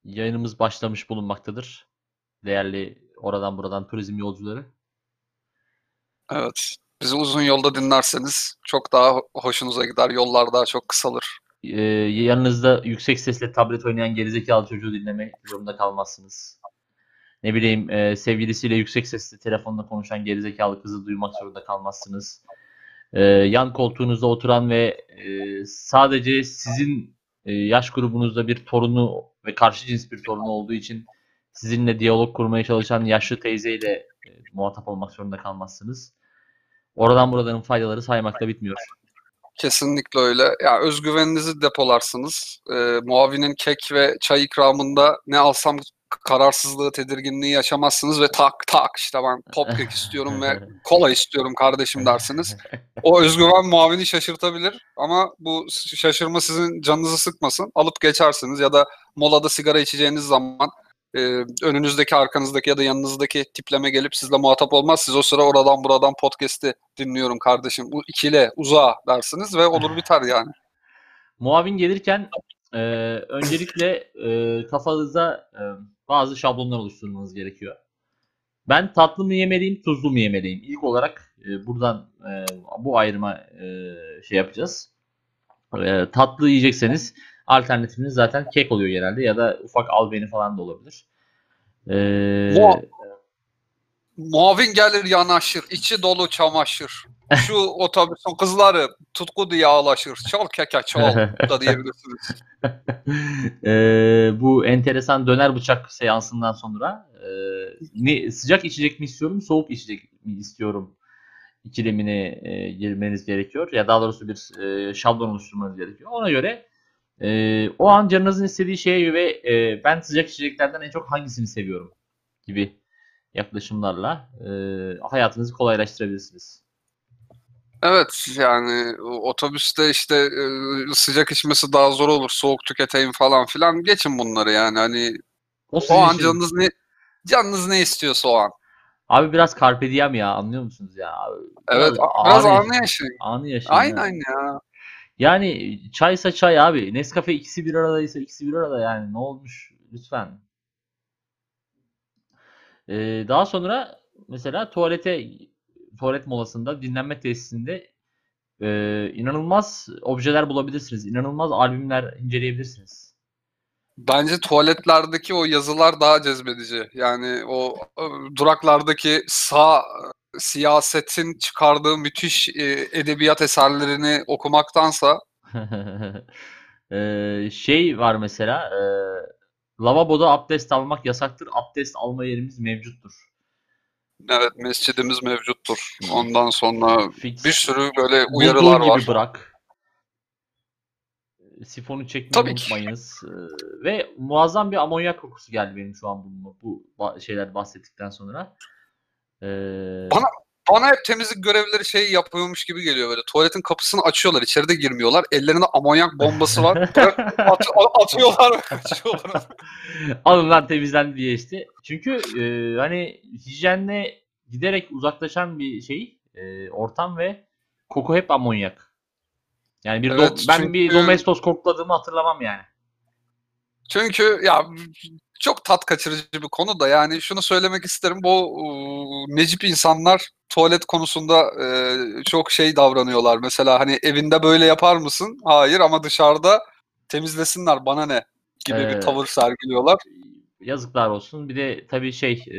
Yayınımız başlamış bulunmaktadır. Değerli oradan buradan turizm yolcuları. Evet. Bizi uzun yolda dinlerseniz çok daha hoşunuza gider. Yollar daha çok kısalır. Yanınızda yüksek sesle tablet oynayan gerizekalı çocuğu dinlemek zorunda kalmazsınız. Ne bileyim sevgilisiyle yüksek sesle telefonla konuşan gerizekalı kızı duymak zorunda kalmazsınız. Yan koltuğunuzda oturan ve sadece sizin yaş grubunuzda bir torunu ve karşı cins bir torunu olduğu için sizinle diyalog kurmaya çalışan yaşlı teyzeyle muhatap olmak zorunda kalmazsınız. Oradan buradanın faydaları saymakla bitmiyor. Kesinlikle öyle. Ya özgüveninizi depolarsınız. Muavinin kek ve çay ikramında ne alsam kararsızlığı, tedirginliği yaşamazsınız ve tak tak işte ben pop kek istiyorum ve kola istiyorum kardeşim dersiniz. O özgüven muavini şaşırtabilir ama bu şaşırma sizin canınızı sıkmasın. Alıp geçersiniz ya da molada sigara içeceğiniz zaman önünüzdeki, arkanızdaki ya da yanınızdaki tipleme gelip sizle muhatap olmaz. Siz o sıra oradan buradan podcast'i dinliyorum kardeşim. Bu ikile uzağa dersiniz ve olur biter yani. Muavin gelirken öncelikle kafanızda bazı şablonlar oluşturmanız gerekiyor. Ben tatlı mı yemeliyim, tuzlu mu yemeliyim? İlk olarak buradan bu ayrıma şey yapacağız. Tatlı yiyecekseniz alternatifiniz zaten kek oluyor genelde ya da ufak albeni falan da olabilir. Mu- Muavin gelir yanaşır, içi dolu çamaşır. Şu otobüsün kızları tutku diye ağlaşır. Çal keke çal da diyebilirsiniz. Bu enteresan döner bıçak seansından sonra sıcak içecek mi istiyorum, soğuk içecek mi istiyorum ikilemine girmeniz gerekiyor. Ya daha doğrusu bir şablon oluşturmanız gerekiyor. Ona göre o an canınızın istediği şeye ve ben sıcak içeceklerden en çok hangisini seviyorum gibi yaklaşımlarla hayatınızı kolaylaştırabilirsiniz. Evet yani otobüste işte sıcak içmesi daha zor olur. Soğuk tüketeyim falan filan. Geçin bunları yani hani O o sizin an için. canınız ne istiyorsa o an. Abi biraz carpe diem ya, anlıyor musunuz ya? Evet Biraz biraz anı anı yaşayın. yaşayın. Anı yaşayın ha. Aynen ya. Yani çaysa çay abi. Nescafe ikisi bir aradaysa ikisi bir arada, yani ne olmuş lütfen. Daha sonra mesela tuvalet molasında, dinlenme tesisinde inanılmaz objeler bulabilirsiniz. İnanılmaz albümler inceleyebilirsiniz. Bence tuvaletlerdeki o yazılar daha cezbedici. Yani o duraklardaki siyasetin çıkardığı müthiş edebiyat eserlerini okumaktansa Şey var mesela, lavaboda abdest almak yasaktır. Abdest alma yerimiz mevcuttur. evet mescidimiz mevcuttur. Ondan sonra bir Fix. sürü böyle uyarılar Bulduğun var. gibi bırak. Sifonu çekmeyi Tabii ki. unutmayınız. Ve muazzam bir amonyak kokusu geldi benim şu an bu şeyler bahsettikten sonra. Bana bana hep temizlik görevlileri şey yapıyormuş gibi geliyor böyle. Tuvaletin kapısını açıyorlar, içeride girmiyorlar. Ellerinde amonyak bombası var. Atıyorlar ve kaçıyorlar. Alın lan temizlendi diye işte. Çünkü hani hijyenle giderek uzaklaşan bir şey ortam ve koku hep amonyak. Yani Evet ben bir domestos kokladığımı hatırlamam yani. çünkü ya çok tat kaçırıcı bir konu da yani şunu söylemek isterim bu necip insanlar tuvalet konusunda çok şey davranıyorlar. Mesela hani evinde böyle yapar mısın? Hayır ama dışarıda temizlesinler bana ne gibi bir E, tavır sergiliyorlar. Yazıklar olsun. Bir de tabii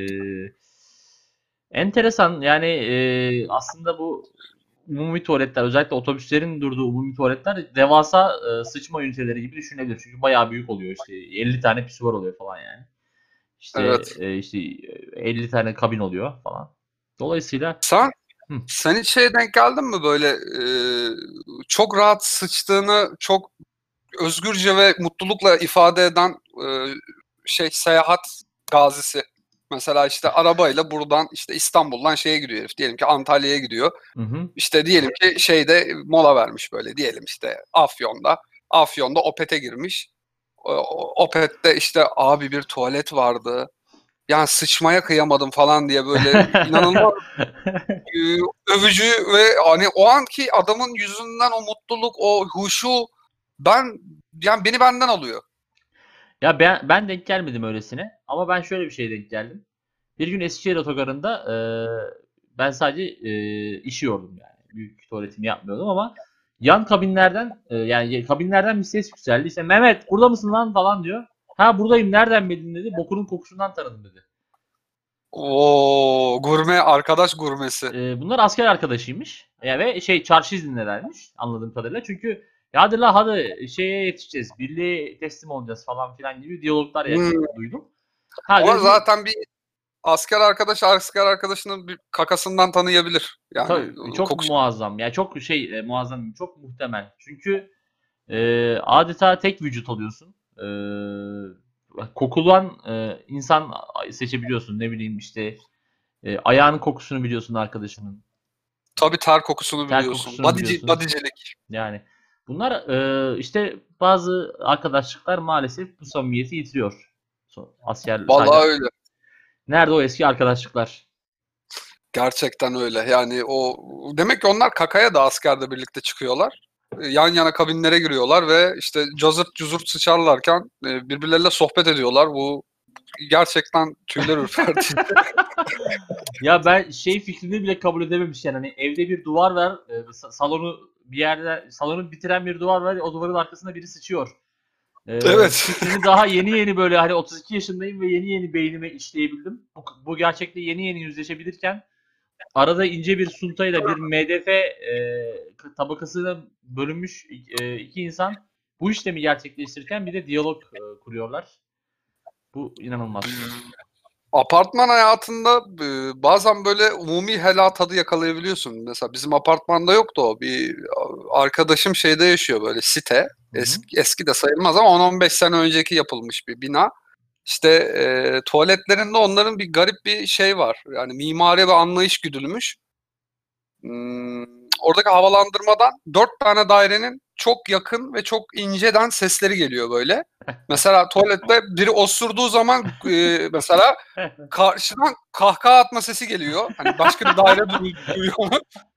enteresan yani aslında bu umumi tuvaletler, özellikle otobüslerin durduğu umumi tuvaletler devasa sıçma üniteleri gibi düşünebilir. Çünkü bayağı büyük oluyor, işte 50 tane pisuvar oluyor falan yani. Evet. İşte 50 tane kabin oluyor falan. Dolayısıyla Sen hı. sen hiç şeye denk geldin mi böyle çok rahat sıçtığını çok özgürce ve mutlulukla ifade eden seyahat gazisi. Mesela işte arabayla buradan işte İstanbul'dan şeye gidiyor herif. Diyelim ki Antalya'ya gidiyor. Hı hı. İşte diyelim ki şeyde mola vermiş böyle. Diyelim işte Afyon'da. Afyon'da Opet'e girmiş. Opet'te işte abi bir tuvalet vardı. Yani sıçmaya kıyamadım falan diye böyle inanılmaz e, övücü ve hani o anki adamın yüzünden o mutluluk, o huşu ben yani beni benden alıyor. Ya ben denk gelmedim öylesine ama ben şöyle bir şeye denk geldim. Bir gün Eskişehir otogarında ben sadece işiyordum yani. Büyük tuvaletimi yapmıyordum ama yan kabinlerden yani kabinlerden bir ses yükseldi. İşte Mehmet burada mısın lan falan diyor. Ha buradayım nereden bildin dedi. Bokunun kokusundan tanıdım dedi. Oo, gurme arkadaş gurmesi. Bunlar asker arkadaşıymış. Ve çarşı izindelermiş anladığım kadarıyla. Çünkü ya hadi la hadi şeye yetişeceğiz. Birliğe teslim olacağız falan filan gibi diyaloglar duydum. Ha Ama dedi ki zaten bir asker arkadaşının bir kakasından tanıyabilir. Yani tabii çok kokusu. muazzam. Ya çok muazzam, çok muhtemel. Çünkü adeta tek vücut oluyorsun. Kokulan insan seçebiliyorsun. Ne bileyim işte ayağının kokusunu biliyorsun arkadaşının. Tabii ter kokusunu Ter biliyorsun. kokusunu biliyorsun. Bodycilik. Yani bunlar işte bazı arkadaşlıklar maalesef bu samimiyeti yitiriyor. Asker sadece. Vallahi öyle. Nerede o eski arkadaşlıklar? Gerçekten öyle. Yani o demek ki onlar kakaya da askerde birlikte çıkıyorlar. Yan yana kabinlere giriyorlar ve işte cazırt cuzurt sıçarlarken birbirleriyle sohbet ediyorlar. Bu gerçekten tüyler ürpertici. Ya ben fikrini bile kabul edememiş yani. Hani evde bir duvar var, salonu bir yerde salonu bitiren bir duvar var. O duvarın arkasında biri sıçıyor. Evet. Fikrini daha yeni böyle hani 32 yaşındayım ve yeni beynime işleyebildim. Bu gerçekle yeni yüzleşebilirken arada ince bir suntayla bir MDF tabakasına bölünmüş iki insan bu işlemi gerçekleştirirken bir de diyalog kuruyorlar. Bu inanılmaz. Apartman hayatında bazen böyle umumi helal tadı yakalayabiliyorsun. Mesela bizim apartmanda yoktu o. Bir arkadaşım şeyde yaşıyor böyle site. Eski de sayılmaz ama 10-15 sene önceki yapılmış bir bina. İşte tuvaletlerinde onların bir garip bir şey var. Yani mimari ve anlayış güdülmüş. Hmm, oradaki havalandırmadan 4 tane dairenin çok yakın ve çok inceden sesleri geliyor böyle. Mesela tuvalette biri osurduğu zaman mesela karşıdan kahkaha atma sesi geliyor. Hani başka bir daire duyuyor onu.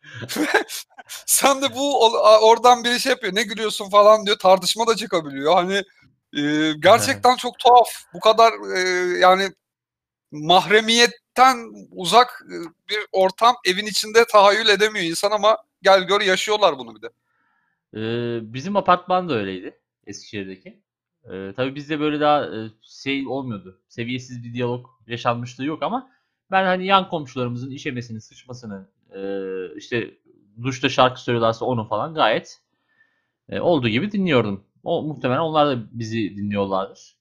Sen de oradan biri şey yapıyor. Ne gülüyorsun falan diyor. Tartışma da çıkabiliyor. Hani gerçekten çok tuhaf. Bu kadar yani mahremiyetten uzak bir ortam evin içinde tahayyül edemiyor insan ama gel gör yaşıyorlar bunu bir de. Bizim apartman da öyleydi Eskişehir'deki. Tabii bizde böyle daha olmuyordu. Seviyesiz bir diyalog yaşanmışlığı yok ama ben hani yan komşularımızın işemesini, sıçmasını, işte duşta şarkı söylüyorlarsa onu falan gayet olduğu gibi dinliyordum. Muhtemelen onlar da bizi dinliyorlardır.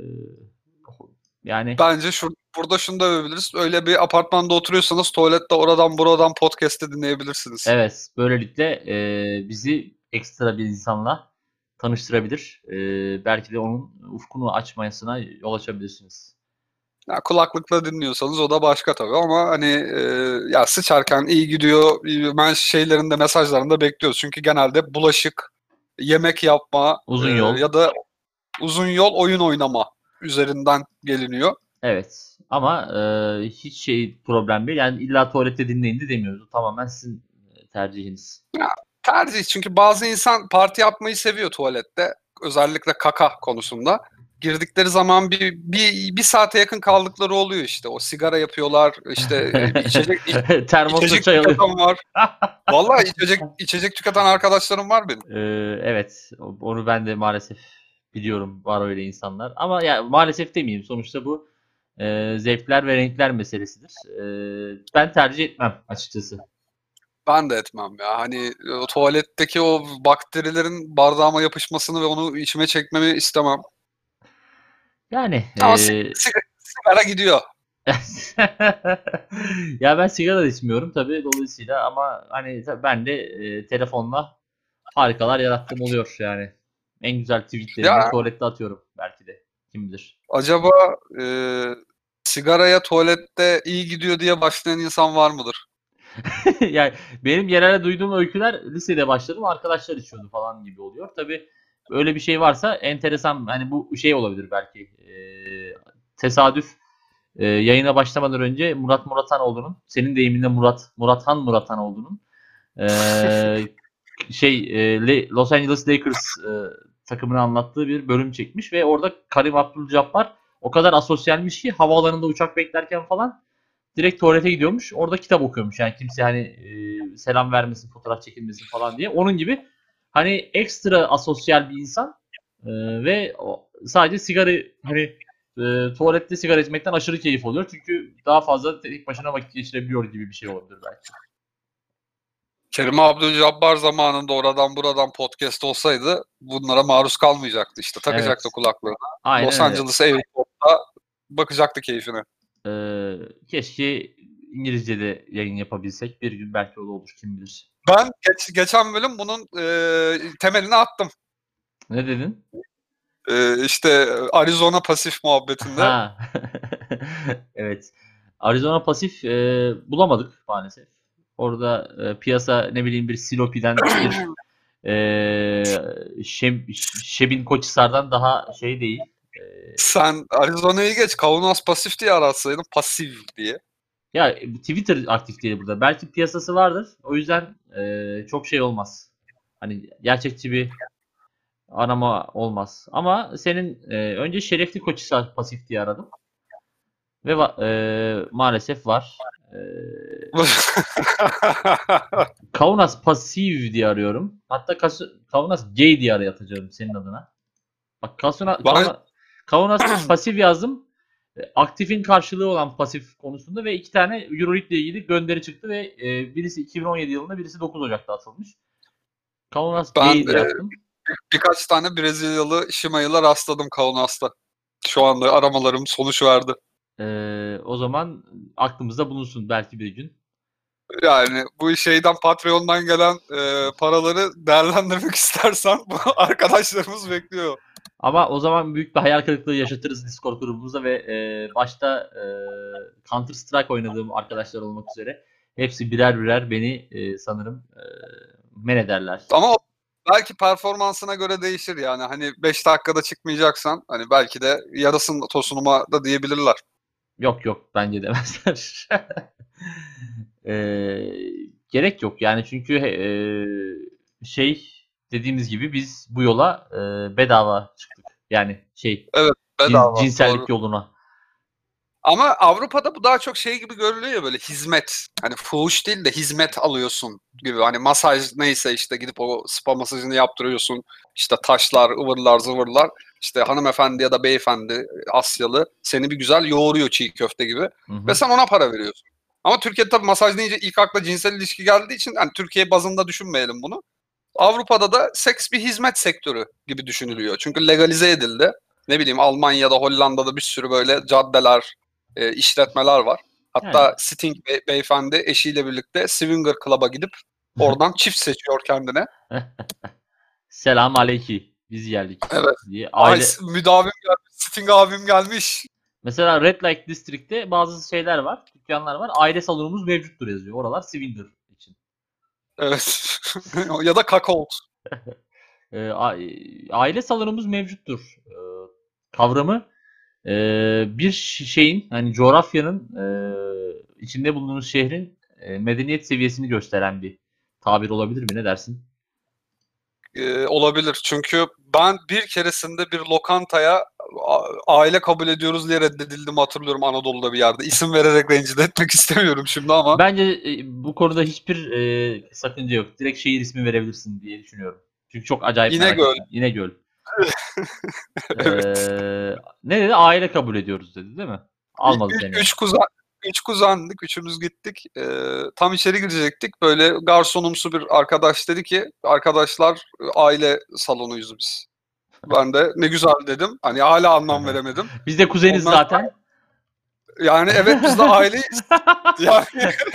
Yani Bence burada şunu da övebiliriz. Öyle bir apartmanda oturuyorsanız tuvalette oradan buradan podcast'te dinleyebilirsiniz. evet, böylelikle bizi ekstra bir insanla tanıştırabilir. Belki de onun ufkunu açmasına yol açabilirsiniz. Ya kulaklıkla dinliyorsanız o da başka tabii ama hani ya sıçarken iyi gidiyor. Şeylerinde mesajlarında bekliyoruz. Çünkü genelde bulaşık, yemek yapma Uzun yol. ya da uzun yol oyun oynama üzerinden geliniyor. Evet. Ama hiç problem değil. Yani illa tuvalette dinleyin de demiyoruz. O tamamen sizin tercihiniz. Ya, tercih çünkü bazı insan parti yapmayı seviyor tuvalette. Özellikle kaka konusunda. Girdikleri zaman bir saate yakın kaldıkları oluyor işte. O sigara yapıyorlar. İşte bir Termosla içecek çay alıyor. tüketen var. Vallahi içecek tüketen arkadaşlarım var benim. Evet. Onu ben de maalesef biliyorum. Var öyle insanlar. Ama ya maalesef demeyeyim. Sonuçta bu zevkler ve renkler meselesidir. Ben tercih etmem açıkçası. Ben de etmem ya. Hani o tuvaletteki o bakterilerin bardağıma yapışmasını ve onu içime çekmemi istemem. Yani Ama sigara gidiyor. ya ben sigara da içmiyorum tabii dolayısıyla ama hani ben de telefonla harikalar yarattığım oluyor yani. En güzel tweetlerimi Ya tuvalette atıyorum belki de. Kim bilir. acaba e, sigaraya tuvalette iyi gidiyor diye başlayan insan var mıdır? Yani benim genelde duyduğum öyküler lisede başladım arkadaşlar içiyordu falan gibi oluyor. Tabii öyle bir şey varsa enteresan hani bu şey olabilir belki. Tesadüf yayına başlamadan önce Murat Muratanoğlu'nun senin deyiminle Murathan olduğunun Los Angeles Lakers takımını anlattığı bir bölüm çekmiş ve orada Karim Abdul-Jabbar o kadar asosyalmiş ki havaalanında uçak beklerken falan direkt tuvalete gidiyormuş. Orada kitap okuyormuş. Yani kimse hani selam vermesin, fotoğraf çekilmesin falan diye. Onun gibi hani ekstra asosyal bir insan ve sadece sigara hani tuvalette sigara içmekten aşırı keyif oluyor. Çünkü daha fazla tek başına vakit geçirebiliyor gibi bir şey olabilir belki. Kerim Abdul-Jabbar zamanında oradan buradan podcast olsaydı bunlara maruz kalmayacaktı işte. Takacaktı Evet. kulaklarına. Aynen Los öyle. Angeles Airport'ta bakacaktı keyfine. Keşke İngilizce'de yayın yapabilsek. Bir gün belki o da olur, kim bilir. Ben geçen bölüm bunun temelini attım. Ne dedin? İşte Arizona Pasif muhabbetinde. Ha. Evet. Arizona Pasif bulamadık maalesef. Orada piyasa ne bileyim bir Silopi'den bir Şebin Koçhisar'dan daha şey değil. Sen Arizona'yı geç. Kaunas Pasif diye aratsaydın. Pasif diye. Ya Twitter aktif değil burada. Belki piyasası vardır. O yüzden çok şey olmaz. Hani gerçekçi bir arama olmaz. Ama senin önce Şerefli Koçhisar Pasif diye aradım. Ve maalesef var. Kaunas Pasif diye arıyorum. Hatta Kaunas Gay diye atacağım senin adına. Bak Kaunas Pasif yazdım. Aktifin karşılığı olan pasif konusunda ve 2 tane Euroleague ile ilgili gönderi çıktı ve birisi 2017 yılında, birisi 9 Ocak'ta atılmış. Kaunas Gay diye attım. Birkaç tane Brezilyalı Şimayı'la rastladım Kaunas'ta. Şu anda aramalarım sonuç verdi. O zaman aklımızda bulunsun belki bir gün. Yani bu şeyden Patreon'dan gelen paraları değerlendirmek istersen bu arkadaşlarımız bekliyor. Ama o zaman büyük bir hayal kırıklığı yaşatırız Discord grubumuzda ve başta Counter Strike oynadığım arkadaşlar olmak üzere hepsi birer birer beni sanırım men ederler. Ama belki performansına göre değişir yani. Hani 5 dakikada çıkmayacaksan hani belki de yarısını tosunuma da diyebilirler. Yok bence demezler. Gerek yok yani çünkü şey dediğimiz gibi biz bu yola bedava çıktık. Yani Evet, bedava. cinsellik Doğru. yoluna. Ama Avrupa'da bu daha çok şey gibi görülüyor ya, böyle hizmet. Hani fuhuş değil de hizmet alıyorsun gibi. Hani masaj neyse işte gidip o spa masajını yaptırıyorsun. İşte taşlar, ıvırlar, zıvırlar. İşte hanımefendi ya da beyefendi Asyalı seni bir güzel yoğuruyor çiğ köfte gibi. Hı-hı. Ve sen ona para veriyorsun. Ama Türkiye'de tabii masaj deyince ilk akla cinsel ilişki geldiği için hani Türkiye bazında düşünmeyelim bunu. Avrupa'da da seks bir hizmet sektörü gibi düşünülüyor. Çünkü legalize edildi. Ne bileyim Almanya'da, Hollanda'da bir sürü böyle caddeler, işletmeler var. Hatta Yani. Sting beyefendi eşiyle birlikte Swinger Club'a gidip oradan çift seçiyor kendine. Selam aleyki. Biz geldik. Evet. Diye Ay müdavim gelmiş, Sting abim gelmiş. Mesela Red Light District'te bazı şeyler var, dükkanlar var. Aile salonumuz mevcuttur yazıyor. Oralar swinger için. Evet. Ya da cuckold. Aile salonumuz mevcuttur. Kavramı bir şeyin hani coğrafyanın içinde bulunduğunuz şehrin medeniyet seviyesini gösteren bir tabir olabilir mi? Ne dersin? Olabilir. Çünkü ben bir keresinde bir lokantaya aile kabul ediyoruz diye reddedildim, hatırlıyorum, Anadolu'da bir yerde. İsim vererek rencide etmek istemiyorum şimdi ama. Bence bu konuda hiçbir sakınca yok. Direkt şehir ismi verebilirsin diye düşünüyorum. Çünkü çok acayip merak İnegöl. ettim. İnegöl. Evet. Ne dedi? Aile kabul ediyoruz dedi değil mi? Almadı seni. Üç kuzendik. Üçümüz gittik. Tam içeri girecektik. Böyle garsonumsu bir arkadaş dedi ki arkadaşlar aile salonuyuz biz. Ben de ne güzel dedim. Hani hala anlam veremedim. Biz de kuzeniz Ondan zaten. Yani evet, biz de aileyiz. Yani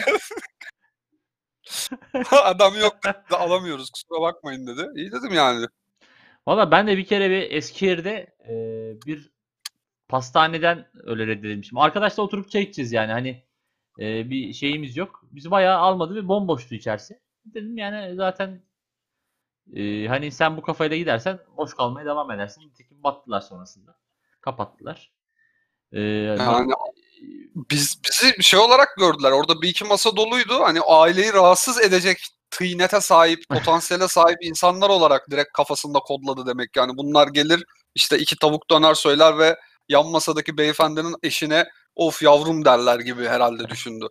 adam yok dedi, alamıyoruz kusura bakmayın dedi. İyi dedim yani. Valla ben de bir kere bir Eskişehir'de bir pastaneden öyle reddedilmişim. Arkadaşla oturup çay içeceğiz yani hani bir şeyimiz yok. Bizi bayağı almadı ve bomboştu içerisi. Dedim yani zaten hani sen bu kafayla gidersen boş kalmaya devam edersin. Nitekim battılar sonrasında. Kapattılar. Yani bizi şey olarak gördüler. Orada bir iki masa doluydu. Hani aileyi rahatsız edecek tıynete sahip, potansiyele sahip insanlar olarak direkt kafasında kodladı demek. Yani bunlar gelir işte 2 tavuk döner söyler ve yan masadaki beyefendinin eşine of yavrum derler gibi herhalde düşündü.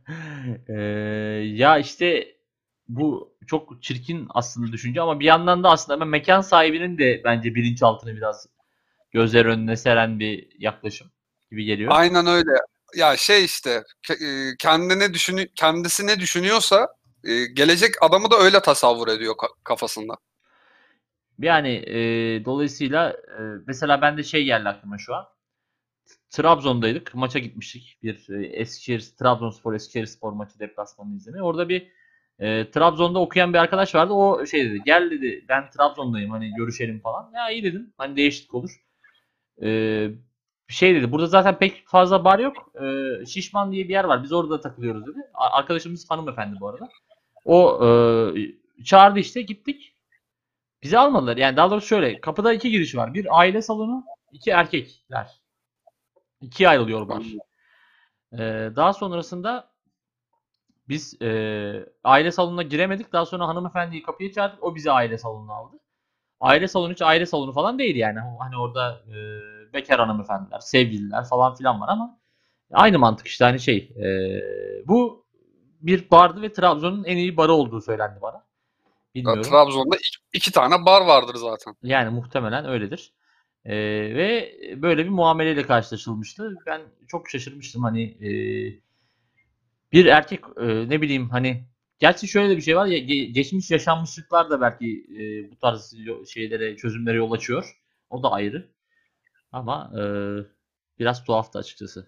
Ya işte bu çok çirkin aslında düşünce ama bir yandan da aslında mekan sahibinin de bence bilinçaltını biraz gözler önüne seren bir yaklaşım gibi geliyor. Aynen öyle. Ya şey işte kendisi ne düşünüyorsa gelecek adamı da öyle tasavvur ediyor kafasında. Yani dolayısıyla mesela bende şey geldi aklıma şu an. Trabzon'daydık. Maça gitmiştik. Bir Trabzonspor Eskişehirspor maçı deplasmanını izlemeye. Orada bir Trabzon'da okuyan bir arkadaş vardı. O şey dedi. Gel dedi. Ben Trabzon'dayım. Hani görüşelim falan. Ya iyi dedim. Hani değişiklik olur. E, şey dedi. Burada zaten pek fazla bar yok. Şişman diye bir yer var. Biz orada takılıyoruz dedi. Arkadaşımız hanımefendi bu arada. O çağırdı işte. Gittik. Bizi almadılar. Yani daha doğrusu şöyle. Kapıda 2 giriş var. Bir aile salonu. 2 erkekler. 2'ye ayrılıyor bar. Daha sonrasında biz aile salonuna giremedik. Daha sonra hanımefendiyi kapıya çağırdık. O bizi aile salonuna aldı. Aile salonu hiç aile salonu falan değil yani. Hani orada bekar hanımefendiler, sevgililer falan filan var ama aynı mantık işte hani şey. Bu bir bardı ve Trabzon'un en iyi barı olduğu söylendi bana. Bilmiyorum. Trabzon'da 2 tane bar vardır zaten. Yani muhtemelen öyledir. Ve böyle bir muameleyle karşılaşılmıştı. Ben çok şaşırmıştım hani bir erkek ne bileyim hani gerçi şöyle de bir şey var ya geçmiş yaşanmışlıklar da belki bu tarz şeylere çözümlere yol açıyor. O da ayrı. Ama biraz tuhaftı açıkçası.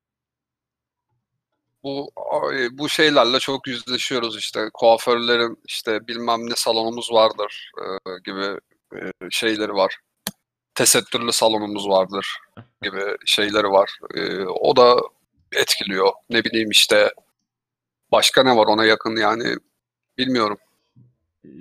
Bu şeylerle çok yüzleşiyoruz işte kuaförlerin işte bilmem ne salonumuz vardır gibi şeyleri var. Tesettürlü salonumuz vardır gibi şeyleri var. O da etkiliyor. Ne bileyim işte başka ne var ona yakın yani bilmiyorum. E,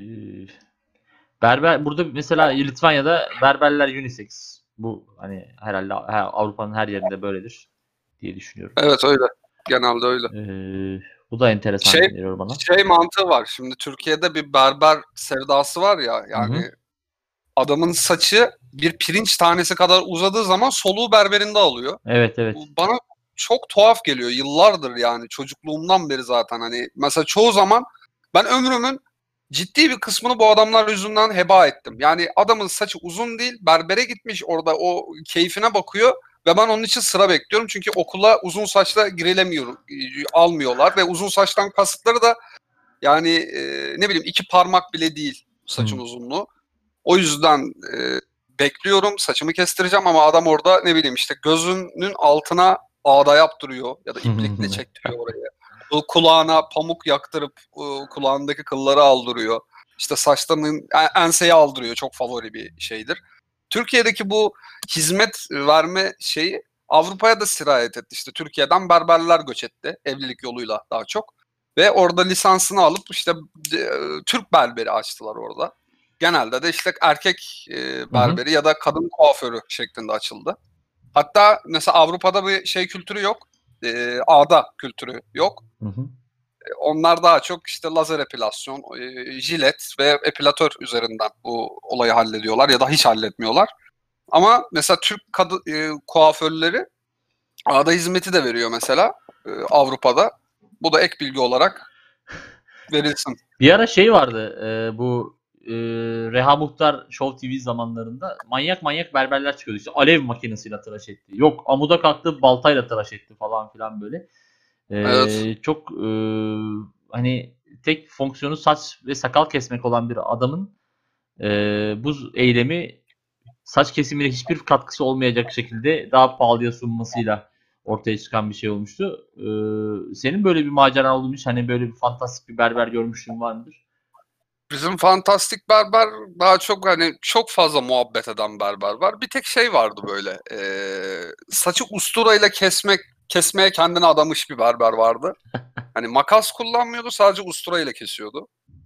berber burada mesela Litvanya'da berberler unisex. Bu hani herhalde Avrupa'nın her yerinde böyledir diye düşünüyorum. Evet öyle. Genelde öyle. E, bu da enteresan Şey geliyor bana. şey mantığı var. Şimdi Türkiye'de bir berber sevdası var ya Hı hı. yani adamın saçı bir pirinç tanesi kadar uzadığı zaman soluğu berberinde alıyor. Evet Bu evet. bana çok tuhaf geliyor. Yıllardır yani çocukluğumdan beri zaten hani mesela çoğu zaman ben ömrümün ciddi bir kısmını bu adamlar yüzünden heba ettim. Yani adamın saçı uzun değil, berbere gitmiş orada o keyfine bakıyor ve ben onun için sıra bekliyorum. Çünkü okula uzun saçla girilemiyorum, almıyorlar ve uzun saçtan kasıtları da yani ne bileyim 2 parmak bile değil saçın Hı. uzunluğu. O yüzden bekliyorum saçımı kestireceğim ama adam orada ne bileyim işte gözünün altına ağda yaptırıyor ya da iplikle çektiriyor oraya. Bu kulağına pamuk yaktırıp kulağındaki kılları aldırıyor. İşte saçlarının enseyi aldırıyor. Çok favori bir şeydir. Türkiye'deki bu hizmet verme şeyi Avrupa'ya da sirayet etti. İşte Türkiye'den berberler göç etti. Evlilik yoluyla daha çok. Ve orada lisansını alıp işte Türk berberi açtılar orada. Genelde de işte erkek Hı hı. berberi ya da kadın kuaförü şeklinde açıldı. Hatta mesela Avrupa'da bir şey kültürü yok. Ağda kültürü yok. Hı hı. Onlar daha çok işte lazer epilasyon, jilet ve epilatör üzerinden bu olayı hallediyorlar ya da hiç halletmiyorlar. Ama mesela Türk kuaförleri ağda hizmeti de veriyor mesela Avrupa'da. Bu da ek bilgi olarak verilsin. Bir ara şey vardı. Bu Reha Muhtar Show TV zamanlarında manyak manyak berberler çıkıyordu. İşte alev makinesiyle tıraş etti. Yok amuda kalktı baltayla tıraş etti falan filan böyle. Evet. Çok hani tek fonksiyonu saç ve sakal kesmek olan bir adamın bu eylemi saç kesimine hiçbir katkısı olmayacak şekilde daha pahalıya sunmasıyla ortaya çıkan bir şey olmuştu. Senin böyle bir maceran oldu mu hiç? Hani böyle bir fantastik bir berber görmüşlüğün var mıdır? Bizim fantastik berber daha çok hani çok fazla muhabbet eden berber var. Bir tek şey vardı böyle. Saçı usturayla kesmeye kendini adamış bir berber vardı. Hani makas kullanmıyordu, sadece usturayla kesiyordu.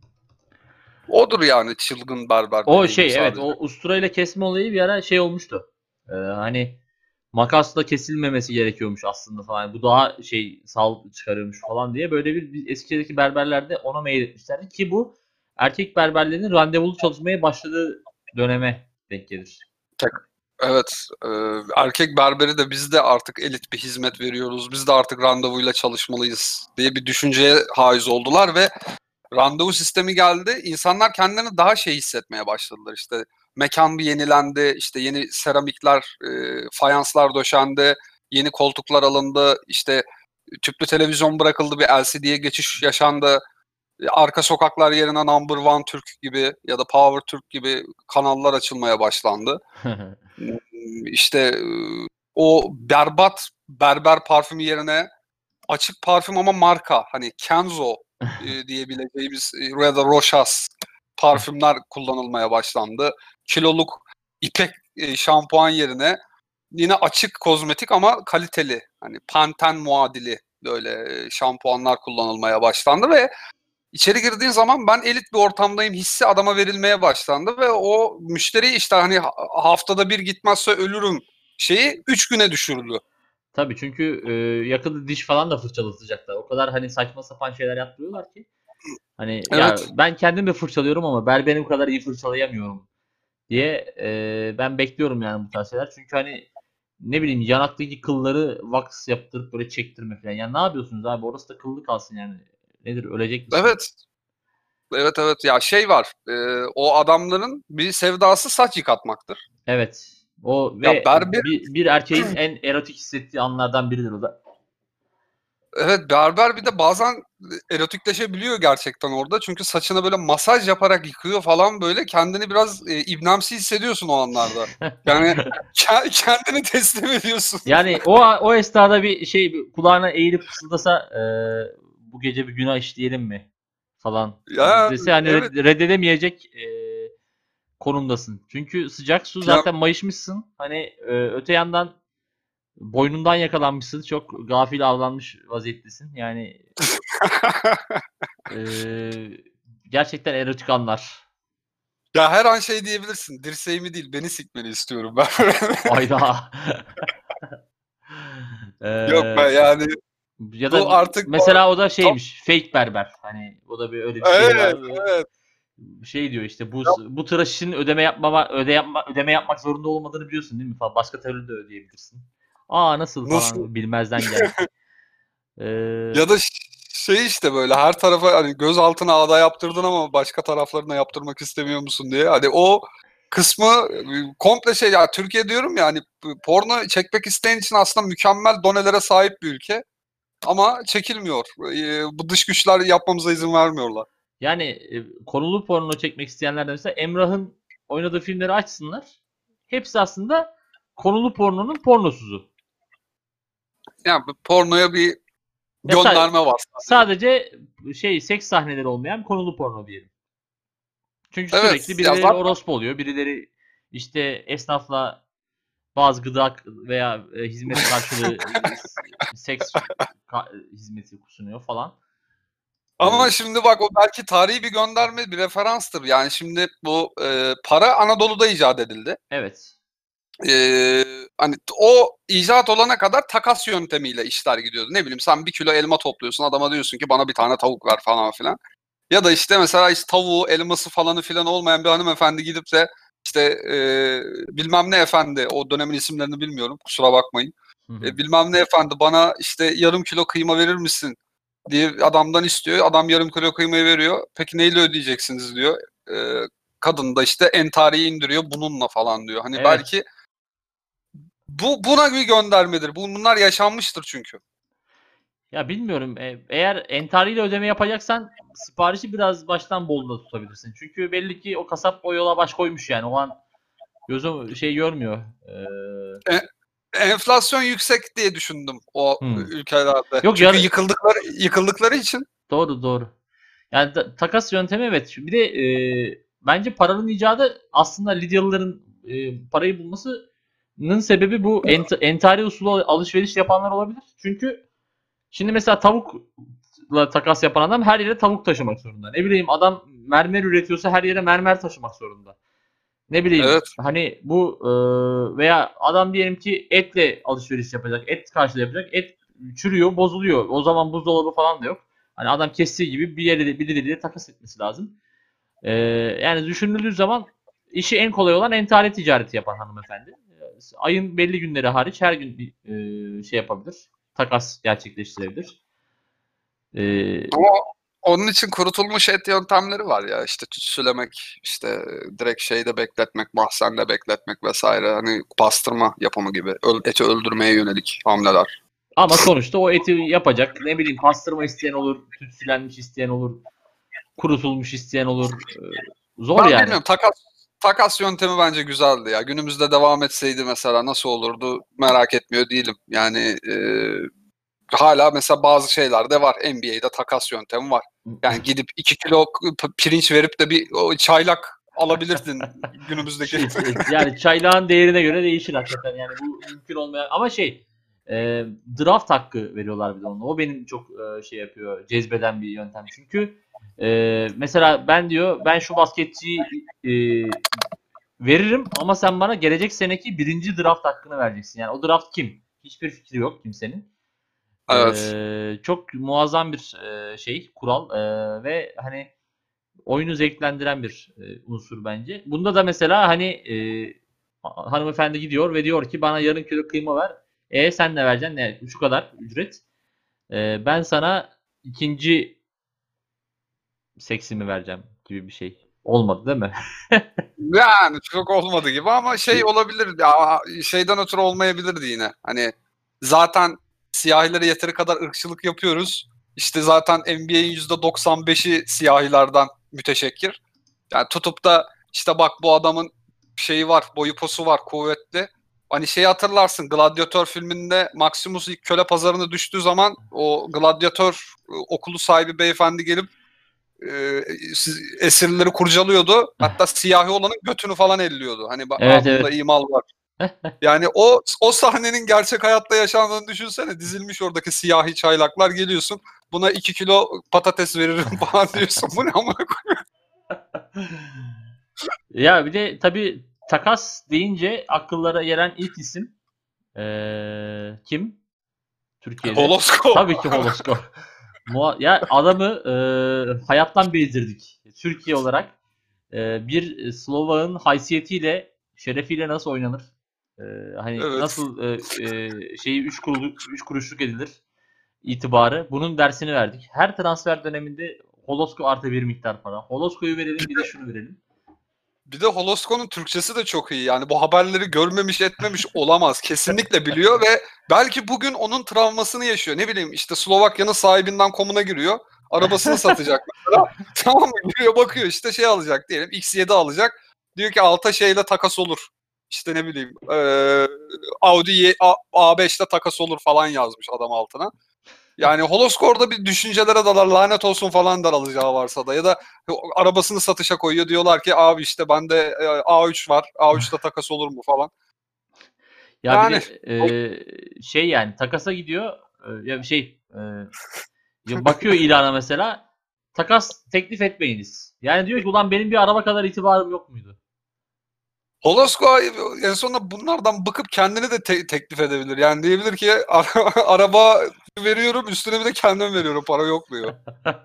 Odur yani çılgın berber O dediğim şey evet sadece. o usturayla kesme olayı bir ara şey olmuştu. Hani makasla kesilmemesi gerekiyormuş aslında falan. Bu daha sağlıklı çıkarıyormuş falan diye böyle bir eskideki berberlerde ona meyletmişlerdi ki bu erkek berberlerin randevulu çalışmaya başladığı döneme denk gelir. Evet, erkek berberi de biz de artık elit bir hizmet veriyoruz. Biz de artık randevuyla çalışmalıyız diye bir düşünceye haiz oldular ve randevu sistemi geldi. İnsanlar kendilerini daha hissetmeye başladılar. İşte mekan bir yenilendi, işte yeni seramikler, fayanslar döşendi, yeni koltuklar alındı, işte tüplü televizyon bırakıldı, bir LCD'ye geçiş yaşandı. Arka sokaklar yerine Number One Türk gibi ya da Power Türk gibi kanallar açılmaya başlandı. İşte o berbat berber parfümü yerine açık parfüm ama marka, hani Kenzo diyebileceğimiz ya da Rochas parfümler kullanılmaya başlandı. Kiloluk ipek şampuan yerine yine açık kozmetik ama kaliteli, hani Pantene muadili böyle şampuanlar kullanılmaya başlandı ve İçeri girdiğin zaman ben elit bir ortamdayım hissi adama verilmeye başlandı ve o müşteri işte hani haftada bir gitmezse ölürüm 3 güne düşürüldü. Tabii çünkü yakında diş falan da fırçalatacaklar. O kadar hani saçma sapan şeyler yaptırıyorlar ki. Hani ya Evet. ben kendim de fırçalıyorum ama berberim kadar iyi fırçalayamıyorum diye ben bekliyorum yani bu tarz şeyler. Çünkü hani ne bileyim yanaktaki kılları wax yaptırıp böyle çektirme falan. Yani ne yapıyorsunuz abi? Orası da kıllı kalsın yani. Nedir ölecek misin? Evet. Evet ya var. O adamların bir sevdası saç yıkatmaktır. Evet. O Ya ve berber bir erkeğin en erotik hissettiği anlardan biridir o da. evet, berber bir de bazen erotikleşebiliyor gerçekten orada. Çünkü saçına böyle masaj yaparak yıkıyor falan böyle. Kendini biraz ibnemsi hissediyorsun o anlarda. Yani kendini teslim ediyorsun. Yani o esnada bir kulağına eğilip fısıldasa bu gece bir günah işleyelim mi falan Ya dese hani evet. reddedemeyecek konumdasın. Çünkü sıcak su Ya zaten mayışmışsın. Hani öte yandan boynundan yakalanmışsın. Çok gafil avlanmış vaziyettesin. Yani e, gerçekten erotik anlar. ya her an diyebilirsin. Dirseğimi değil, beni sikmeni istiyorum ben. Ayda. Yok ben Eee, yani ya da bu artık mesela o da tam fake berber. Hani o da öyle bir şey evet, var. evet. Şey diyor işte Ya, bu tıraş için ödeme yapmak zorunda olmadığını biliyorsun değil mi falan. Başka türlü de ödeyebilirsin. Aa nasıl nasıl falan bilmezden geldi. Eee, ya da işte böyle her tarafa hani göz altına ağda yaptırdın ama başka taraflarına yaptırmak istemiyor musun diye. Hani o kısmı komple ya Türkiye diyorum ya, hani porno çekmek isteyen için aslında mükemmel donelere sahip bir ülke ama çekilmiyor. Bu dış güçler yapmamıza izin vermiyorlar. yani konulu porno çekmek isteyenler de mesela Emrah'ın oynadığı filmleri açsınlar. Hepsi aslında konulu pornonun pornosuzu. Yani bu pornoya bir Ya gönderme var sadece. sadece seks sahneleri olmayan konulu porno diyelim. Çünkü sürekli Evet ya birileri zaten orospu oluyor. Birileri işte esnafla bazı gıda veya hizmet karşılığı seks hizmeti sunuyor falan. ama E, şimdi bak o belki tarihi bir gönderme, bir referanstır. Yani şimdi bu para Anadolu'da icat edildi. evet. Hani o icat olana kadar takas yöntemiyle işler gidiyordu. Ne bileyim sen 1 kilo elma topluyorsun, adama diyorsun ki bana bir tane tavuk ver falan filan. Ya da işte mesela tavuğu, elması falanı filan olmayan bir hanımefendi gidip de işte bilmem ne efendi, o dönemin isimlerini bilmiyorum kusura bakmayın. Hı hı. Bilmem ne efendi bana işte yarım kilo kıyma verir misin diye adamdan istiyor. Adam yarım kilo kıymayı veriyor. Peki neyle ödeyeceksiniz diyor. Kadın da işte entariyi indiriyor bununla falan diyor. Hani Evet. belki buna bir göndermedir. Bunlar yaşanmıştır çünkü. Ya bilmiyorum. Eğer entariyle ödeme yapacaksan siparişi biraz baştan bolda tutabilirsin. Çünkü belli ki o kasap o yola baş koymuş yani. O an gözüm görmüyor. E, enflasyon yüksek diye düşündüm o Hmm. ülkelerde. Yok Çünkü yıkıldıkları için. doğru. Yani takas yöntemi evet. Bir de bence paranın icadı aslında Lidyalıların parayı bulmasının sebebi bu entari usulü alışveriş yapanlar olabilir. Çünkü şimdi mesela tavukla takas yapan adam her yere tavuk taşımak zorunda. Ne bileyim adam mermer üretiyorsa her yere mermer taşımak zorunda. Ne bileyim Evet. hani bu veya adam diyelim ki etle alışveriş yapacak. Et karşılığı yapacak. Et çürüyor, bozuluyor. O zaman buzdolabı falan da yok. Hani adam kestiği gibi bir yere de birileriyle takas etmesi lazım. Yani düşünüldüğü zaman işi en kolay olan entale ticareti yapan hanımefendi. Ayın belli günleri hariç her gün bir şey yapabilir. Takas gerçekleştirebilir. Ama onun için kurutulmuş et yöntemleri var ya, işte tütsülemek, işte direkt şeyde bekletmek, mahzende bekletmek vesaire, hani pastırma yapımı gibi eti öldürmeye yönelik hamleler. Ama sonuçta o eti yapacak. Ne bileyim pastırma isteyen olur, tütsülenmiş isteyen olur, kurutulmuş isteyen olur. Zor Ben yani. bilmiyorum, takas yöntemi bence güzeldi ya. Günümüzde devam etseydi mesela nasıl olurdu merak etmiyor değilim. Yani hala mesela bazı şeylerde var. NBA'de takas yöntemi var. Yani gidip 2 kilo pirinç verip de bir çaylak alabilirdin günümüzdeki. Yani çaylağın değerine göre değişir hakikaten. Yani bu mümkün olmayan ama draft hakkı veriyorlar bir de ona. O benim çok şey yapıyor, cezbeden bir yöntem. Çünkü mesela ben şu basketçiyi veririm ama sen bana gelecek seneki birinci draft hakkını vereceksin. Yani o draft kim? Hiçbir fikri yok kimsenin. Evet. Çok muazzam bir kural ve hani oyunu zevklendiren bir unsur bence. Bunda da mesela hani hanımefendi gidiyor ve diyor ki bana yarım kilo kıyma ver. Sen ne vereceksin? Ne? Şu kadar ücret. Ben sana ikinci seksimi vereceğim gibi bir şey. Olmadı değil mi? Yani çok olmadı gibi ama şey olabilir ya, şeyden ötürü olmayabilirdi yine. Hani zaten siyahileri yeteri kadar ırkçılık yapıyoruz. İşte zaten NBA'in %95'i siyahilerden müteşekkir. Yani tutup da işte bak bu adamın şeyi var, boyu posu var, kuvvetli. Hani şeyi hatırlarsın, Gladiator filminde Maximus ilk köle pazarına düştüğü zaman o Gladiator okulu sahibi beyefendi gelip esirleri kurcalıyordu. Hatta siyahi olanın götünü falan elliyordu. Hani Evet, bunda evet. iyi mal var. Yani o sahnenin gerçek hayatta yaşandığını düşünsene. Dizilmiş oradaki siyahi çaylaklar, geliyorsun. Buna 2 kilo patates veririm falan diyorsun. Bu ne ama? Ya bir de tabii takas deyince akıllara gelen ilk isim kim? Türkiye'de. Holosko. Tabii ki Holosko. Ya adamı hayattan bezdirdik. Türkiye olarak bir Slovak'ın haysiyetiyle, şerefiyle nasıl oynanır? Hani Evet. nasıl şeyi 3 kuruşluk edilir itibarı. Bunun dersini verdik. Her transfer döneminde Holosko artı bir miktar para. Holosko'yu verelim bir de şunu verelim. Bir de Holosko'nun Türkçesi de çok iyi. Yani bu haberleri görmemiş etmemiş olamaz. Kesinlikle biliyor ve belki bugün onun travmasını yaşıyor. Ne bileyim, işte Slovakya'nın sahibinden komuna giriyor. Arabasını satacak mesela. Tamam mı? Giriyor bakıyor, işte şey alacak diyelim. X7 alacak. Diyor ki alta şeyle takas olur. İşte ne bileyim Audi A5'te takas olur falan yazmış adam altına. Yani Holoskor'da bir düşüncelere dalar, lanet olsun falan der alacağı varsa da, ya da arabasını satışa koyuyor, diyorlar ki abi işte bende A3 var, A3'te takas olur mu falan. Ya bir Yani de yani takasa gidiyor ya ya bakıyor ilana mesela takas teklif etmeyiniz. Yani diyor ki ulan benim bir araba kadar itibarım yok muydu? Holoskor en sonunda bunlardan bıkıp kendini de teklif edebilir. Yani diyebilir ki araba veriyorum, üstüne bir de kendim veriyorum, para yok diyor.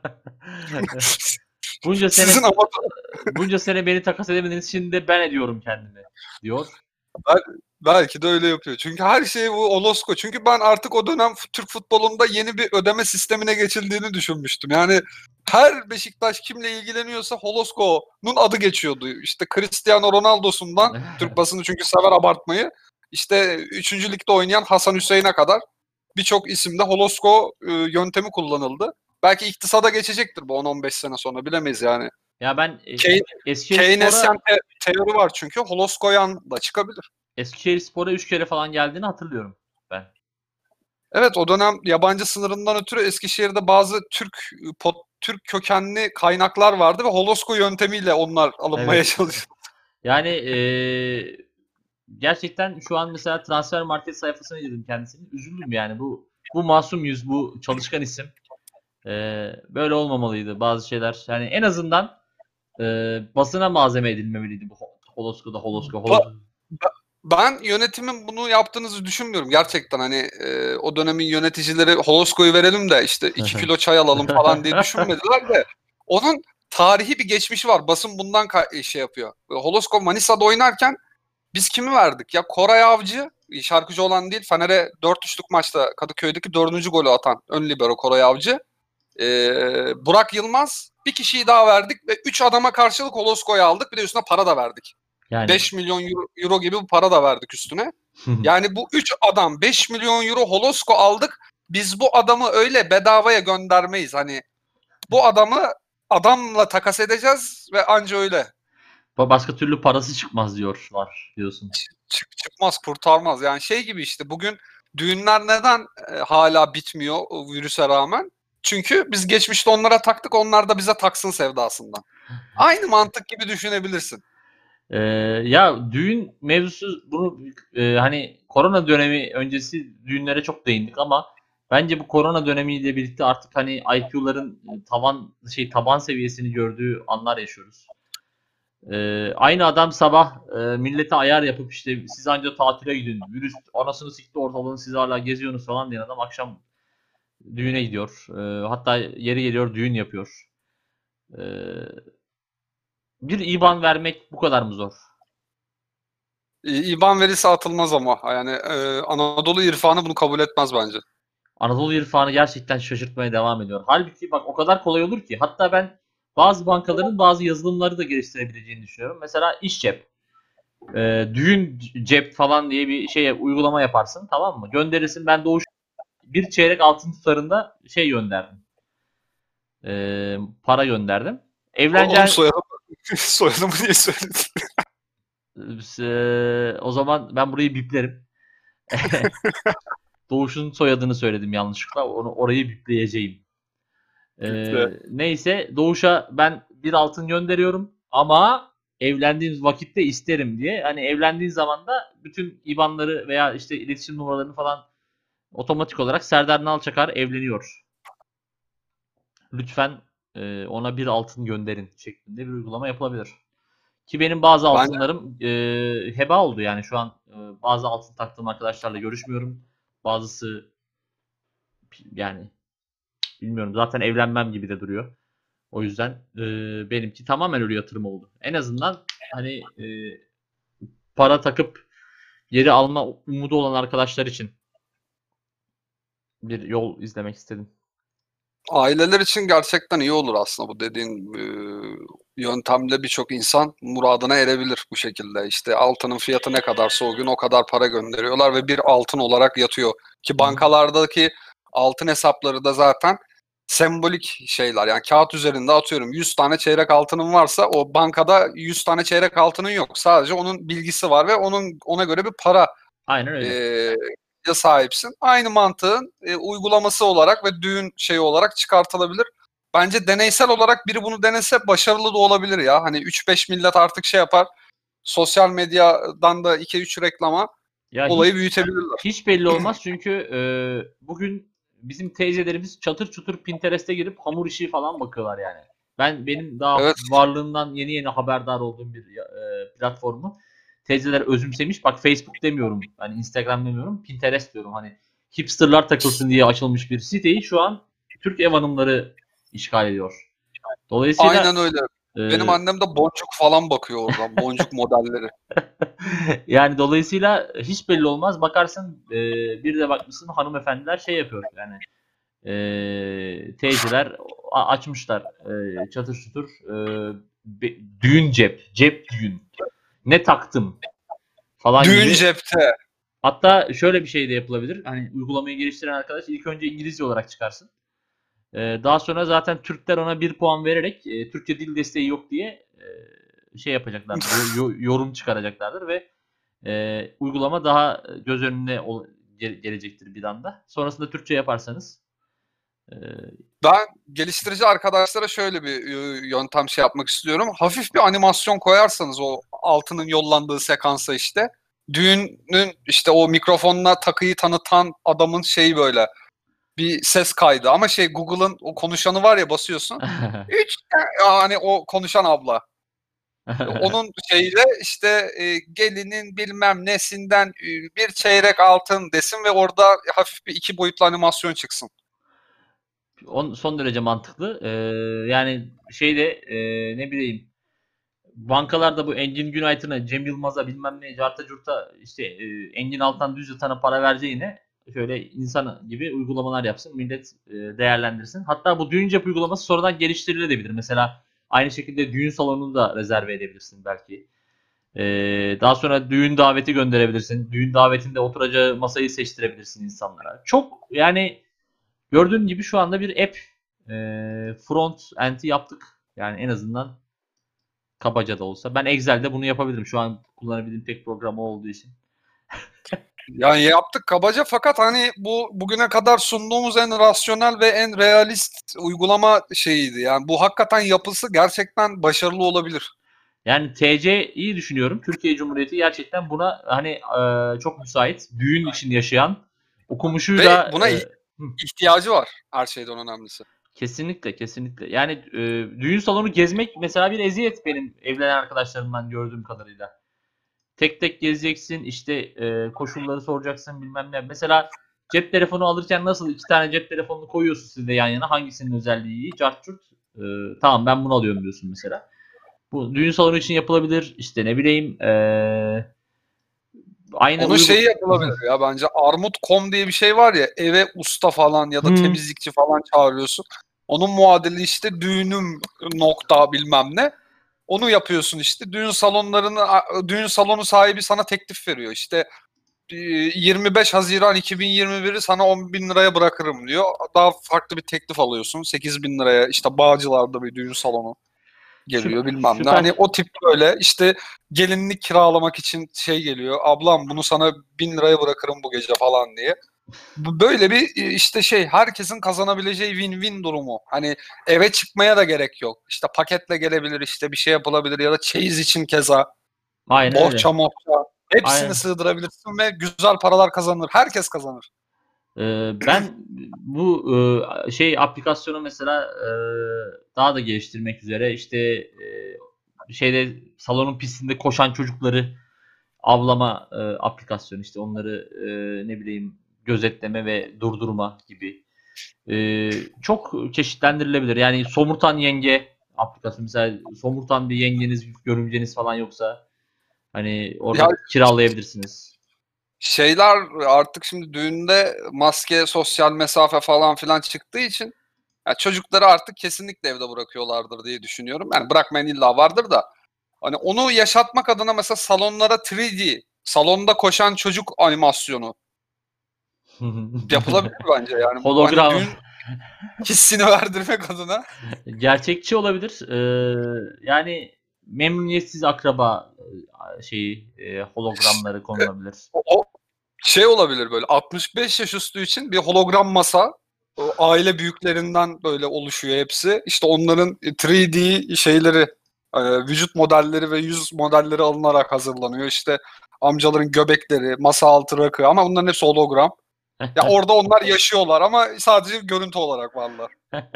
Bunca Sizin sene ama bunca sene beni takas edemediniz şimdi de ben ediyorum kendimi diyor. belki de öyle yapıyor. Çünkü her şey bu Holosko. Çünkü ben artık o dönem Türk futbolunda yeni bir ödeme sistemine geçildiğini düşünmüştüm. Yani her Beşiktaş kimle ilgileniyorsa Holosko'nun adı geçiyordu. İşte Cristiano Ronaldo'sundan, Türk basını çünkü sever abartmayı, İşte 3. ligde oynayan Hasan Hüseyin'e kadar birçok isimde Holosko yöntemi kullanıldı. Belki iktisada geçecektir bu 10-15 sene sonra, bilemeyiz yani. Ya ben Keynesyen teori var çünkü, Holoskoyan da çıkabilir. Eskişehirspor'a 3 kere falan geldiğini hatırlıyorum ben. Evet, o dönem yabancı sınırından ötürü Eskişehir'de bazı Türk kökenli kaynaklar vardı ve Holosko yöntemiyle onlar alınmaya Evet. çalışıldı. Yani gerçekten şu an mesela transfer market sayfasına girdim kendisinin. Üzüldüm yani bu masum yüz, bu çalışkan isim. Böyle olmamalıydı bazı şeyler. Yani en azından basına malzeme edilmemeliydi bu Holosko. Ben yönetimin bunu yaptığınızı düşünmüyorum. Gerçekten hani o dönemin yöneticileri Holosko'yu verelim de işte 2 kilo çay alalım falan diye düşünmediler de onun tarihi bir geçmişi var. Basın bundan şey yapıyor. Holosko Manisa'da oynarken biz kimi verdik? Ya Koray Avcı, şarkıcı olan değil, Fener'e 4-3'lük maçta Kadıköy'deki 4. golü atan ön libero Koray Avcı. Burak Yılmaz, bir kişiyi daha verdik ve 3 adama karşılık Holosko'yu aldık. Bir de üstüne para da verdik. Yani 5 milyon euro gibi bir para da verdik üstüne. Yani bu 3 adam 5 milyon euro Holosko aldık. Biz bu adamı öyle bedavaya göndermeyiz. Hani bu adamı adamla takas edeceğiz ve anca öyle. başka türlü parası çıkmaz diyorsun. Çıkmaz, kurtarmaz. Yani şey gibi işte bugün düğünler neden hala bitmiyor virüse rağmen? Çünkü biz geçmişte onlara taktık, onlar da bize taksın sevdasından. Aynı mantık gibi düşünebilirsin. Ya düğün mevzusu bunu hani korona dönemi öncesi düğünlere çok değindik ama bence bu korona dönemiyle birlikte artık hani IQ'ların taban seviyesini gördüğü anlar yaşıyoruz. Aynı adam sabah millete ayar yapıp işte siz anca tatile gidin, virüs anasını sikti ortalığını siz hala geziyorsunuz falan diyen adam akşam düğüne gidiyor. Hatta yeri geliyor düğün yapıyor. Ee, Bir IBAN vermek bu kadar mı zor? İban verisi atılmaz ama yani Anadolu irfanı bunu kabul etmez bence. Anadolu irfanı gerçekten şaşırtmaya devam ediyor. Halbuki bak o kadar kolay olur ki. Hatta ben bazı bankaların bazı yazılımları da geliştirebileceğini düşünüyorum. Mesela iş cep. Düğün cep falan diye bir uygulama yaparsın, tamam mı? Gönderirsin. Ben Doğuş bir çeyrek altın tutarında gönderdim. Para gönderdim. Oğlum Evleneceğin soyadımı niye söyledin? o zaman ben burayı biplerim. Doğuş'un soyadını söyledim yanlışlıkla. Orayı bipleyeceğim. Neyse Doğuş'a ben bir altın gönderiyorum ama evlendiğimiz vakitte isterim diye. Hani evlendiğin zaman da bütün IBAN'ları veya işte iletişim numaralarını falan otomatik olarak Serdar Nalçakar evleniyor. Lütfen ona bir altın gönderin şeklinde bir uygulama yapılabilir. Ki benim bazı altınlarım heba oldu yani şu an bazı altın taktığım arkadaşlarla görüşmüyorum. Bazısı yani bilmiyorum zaten evlenmem gibi de duruyor. O yüzden benimki tamamen ölü yatırım oldu. En azından hani para takıp geri alma umudu olan arkadaşlar için bir yol izlemek istedim. Aileler için gerçekten iyi olur aslında bu dediğin yöntemle birçok insan muradına erebilir bu şekilde. İşte altının fiyatı ne kadarsa o gün o kadar para gönderiyorlar ve bir altın olarak yatıyor. Ki bankalardaki altın hesapları da zaten sembolik şeyler. Yani kağıt üzerinde atıyorum 100 tane çeyrek altının varsa o bankada 100 tane çeyrek altının yok. Sadece onun bilgisi var ve ona göre bir para Aynen öyle. sahipsin. Aynı mantığın uygulaması olarak ve düğün şeyi olarak çıkartılabilir. Bence deneysel olarak biri bunu denese başarılı da olabilir ya. Hani 3-5 millet artık şey yapar. Sosyal medyadan da 2-3 reklama Ya olayı büyütebilirler. hiç belli olmaz çünkü bugün bizim teyzelerimiz çatır çutur Pinterest'e girip hamur işi falan bakıyorlar yani. Benim daha Evet. varlığından yeni yeni haberdar olduğum bir platformu teyzeler özümsemiş. Bak Facebook demiyorum, hani Instagram demiyorum, Pinterest diyorum. Hani hipsterlar takılsın diye açılmış bir siteyi şu an Türk ev hanımları işgal ediyor. Dolayısıyla Aynen öyle. Benim annem de boncuk falan bakıyor oradan. Boncuk modelleri. yani dolayısıyla hiç belli olmaz. Bakarsın bir de bakmışsın hanımefendiler yapıyor yani teyzeler açmışlar çatır çutur düğün cep düğün ne taktım falan Düğün gibi. cepte. Hatta şöyle bir şey de yapılabilir. Hani uygulamayı geliştiren arkadaş ilk önce İngilizce olarak çıkarsın. Daha sonra zaten Türkler ona 1 puan vererek Türkçe dil desteği yok diye yapacaklardır. Yorum çıkaracaklardır ve uygulama daha göz önüne gelecektir bir anda. Sonrasında Türkçe yaparsanız Ben geliştirici arkadaşlara şöyle bir yöntem şey yapmak istiyorum. Hafif bir animasyon koyarsanız o altının yollandığı sekansa işte düğünün işte o mikrofonla takıyı tanıtan adamın şeyi böyle bir ses kaydı ama Google'ın o konuşanı var ya basıyorsun. Hani o konuşan abla. Onun şeyle işte gelinin bilmem nesinden bir çeyrek altın desin ve orada hafif bir 2 boyutlu animasyon çıksın. Son derece mantıklı. Yani şeyde ne bileyim, bankalarda bu Engin Günaydın'a, Cem Yılmaz'a bilmem ne carta curta işte Engin Altan Düz Yatan'a para vereceğine şöyle insan gibi uygulamalar yapsın. Millet değerlendirsin. Hatta bu düğün cep uygulaması sonradan geliştirilebilir. Mesela aynı şekilde düğün salonunu da rezerve edebilirsin belki. Daha sonra düğün daveti gönderebilirsin. Düğün davetinde oturacağı masayı seçtirebilirsin insanlara. Çok yani gördüğün gibi şu anda bir app front end'i yaptık. Yani en azından kabaca da olsa. Ben Excel'de bunu yapabilirim. Şu an kullanabildiğim tek program o olduğu için. Yani yaptık kabaca fakat hani bu bugüne kadar sunduğumuz en rasyonel ve en realist uygulama şeyiydi. Yani bu hakikaten yapısı gerçekten başarılı olabilir. Yani TC'yi düşünüyorum. Türkiye Cumhuriyeti gerçekten buna hani çok müsait. Düğün için yaşayan, Ve okumuşuyla buna ihtiyacı var her şeyden önemlisi. kesinlikle kesinlikle. Yani düğün salonu gezmek mesela bir eziyet benim evlenen arkadaşlarımdan gördüğüm kadarıyla. Tek tek gezeceksin, işte koşulları soracaksın bilmem ne. Mesela cep telefonu alırken nasıl iki tane cep telefonunu koyuyorsun siz de yan yana. Hangisinin özelliği iyi? Cart curt. Tamam ben bunu alıyorum diyorsun mesela. Bu düğün salonu için yapılabilir. İşte ne bileyim aynı Onun şeyi yapılabilir ya bence. Armut.com diye bir şey var ya, eve usta falan ya da temizlikçi falan çağırıyorsun. Onun muadili işte düğünüm nokta bilmem ne. Onu yapıyorsun işte. Düğün salonu sahibi sana teklif veriyor. İşte 25 Haziran 2021'i sana 10 bin liraya bırakırım diyor. Daha farklı bir teklif alıyorsun. 8 bin liraya işte Bağcılar'da bir düğün salonu geliyor bilmem ne. Hani süper. o tip böyle işte gelinlik kiralamak için şey geliyor. Ablam bunu sana 1000 liraya bırakırım bu gece falan diye. Böyle bir işte şey herkesin kazanabileceği win-win durumu. Hani eve çıkmaya da gerek yok. İşte paketle gelebilir işte bir şey yapılabilir ya da çeyiz için keza. Aynen Bohça öyle. mohça. Hepsini Aynen. sığdırabilirsin ve güzel paralar kazanır. Herkes kazanır. Ben bu şey aplikasyonu mesela daha da geliştirmek üzere işte şeyde salonun pistinde koşan çocukları avlama aplikasyonu, işte onları ne bileyim gözetleme ve durdurma gibi çok çeşitlendirilebilir. Yani somurtan yenge aplikasyonu, mesela somurtan bir yengeniz, görümceniz falan yoksa hani Ya orada kiralayabilirsiniz. şeyler artık şimdi düğünde maske, sosyal mesafe falan filan çıktığı için ya çocukları artık kesinlikle evde bırakıyorlardır diye düşünüyorum. Yani bırakmayan illa vardır da hani onu yaşatmak adına mesela salonlara 3D, salonda koşan çocuk animasyonu yapılabilir bence yani. Hani Hologram. düğün hissini verdirmek adına. Gerçekçi olabilir. Yani memnuniyetsiz akraba şeyi hologramları konulabilir. O şey olabilir böyle 65 yaş üstü için bir hologram masa. O aile büyüklerinden böyle oluşuyor hepsi. İşte onların 3D şeyleri, vücut modelleri ve yüz modelleri alınarak hazırlanıyor. İşte amcaların göbekleri, masa altı rakı ama bunların hepsi hologram. Ya orada onlar yaşıyorlar ama sadece görüntü olarak varlar.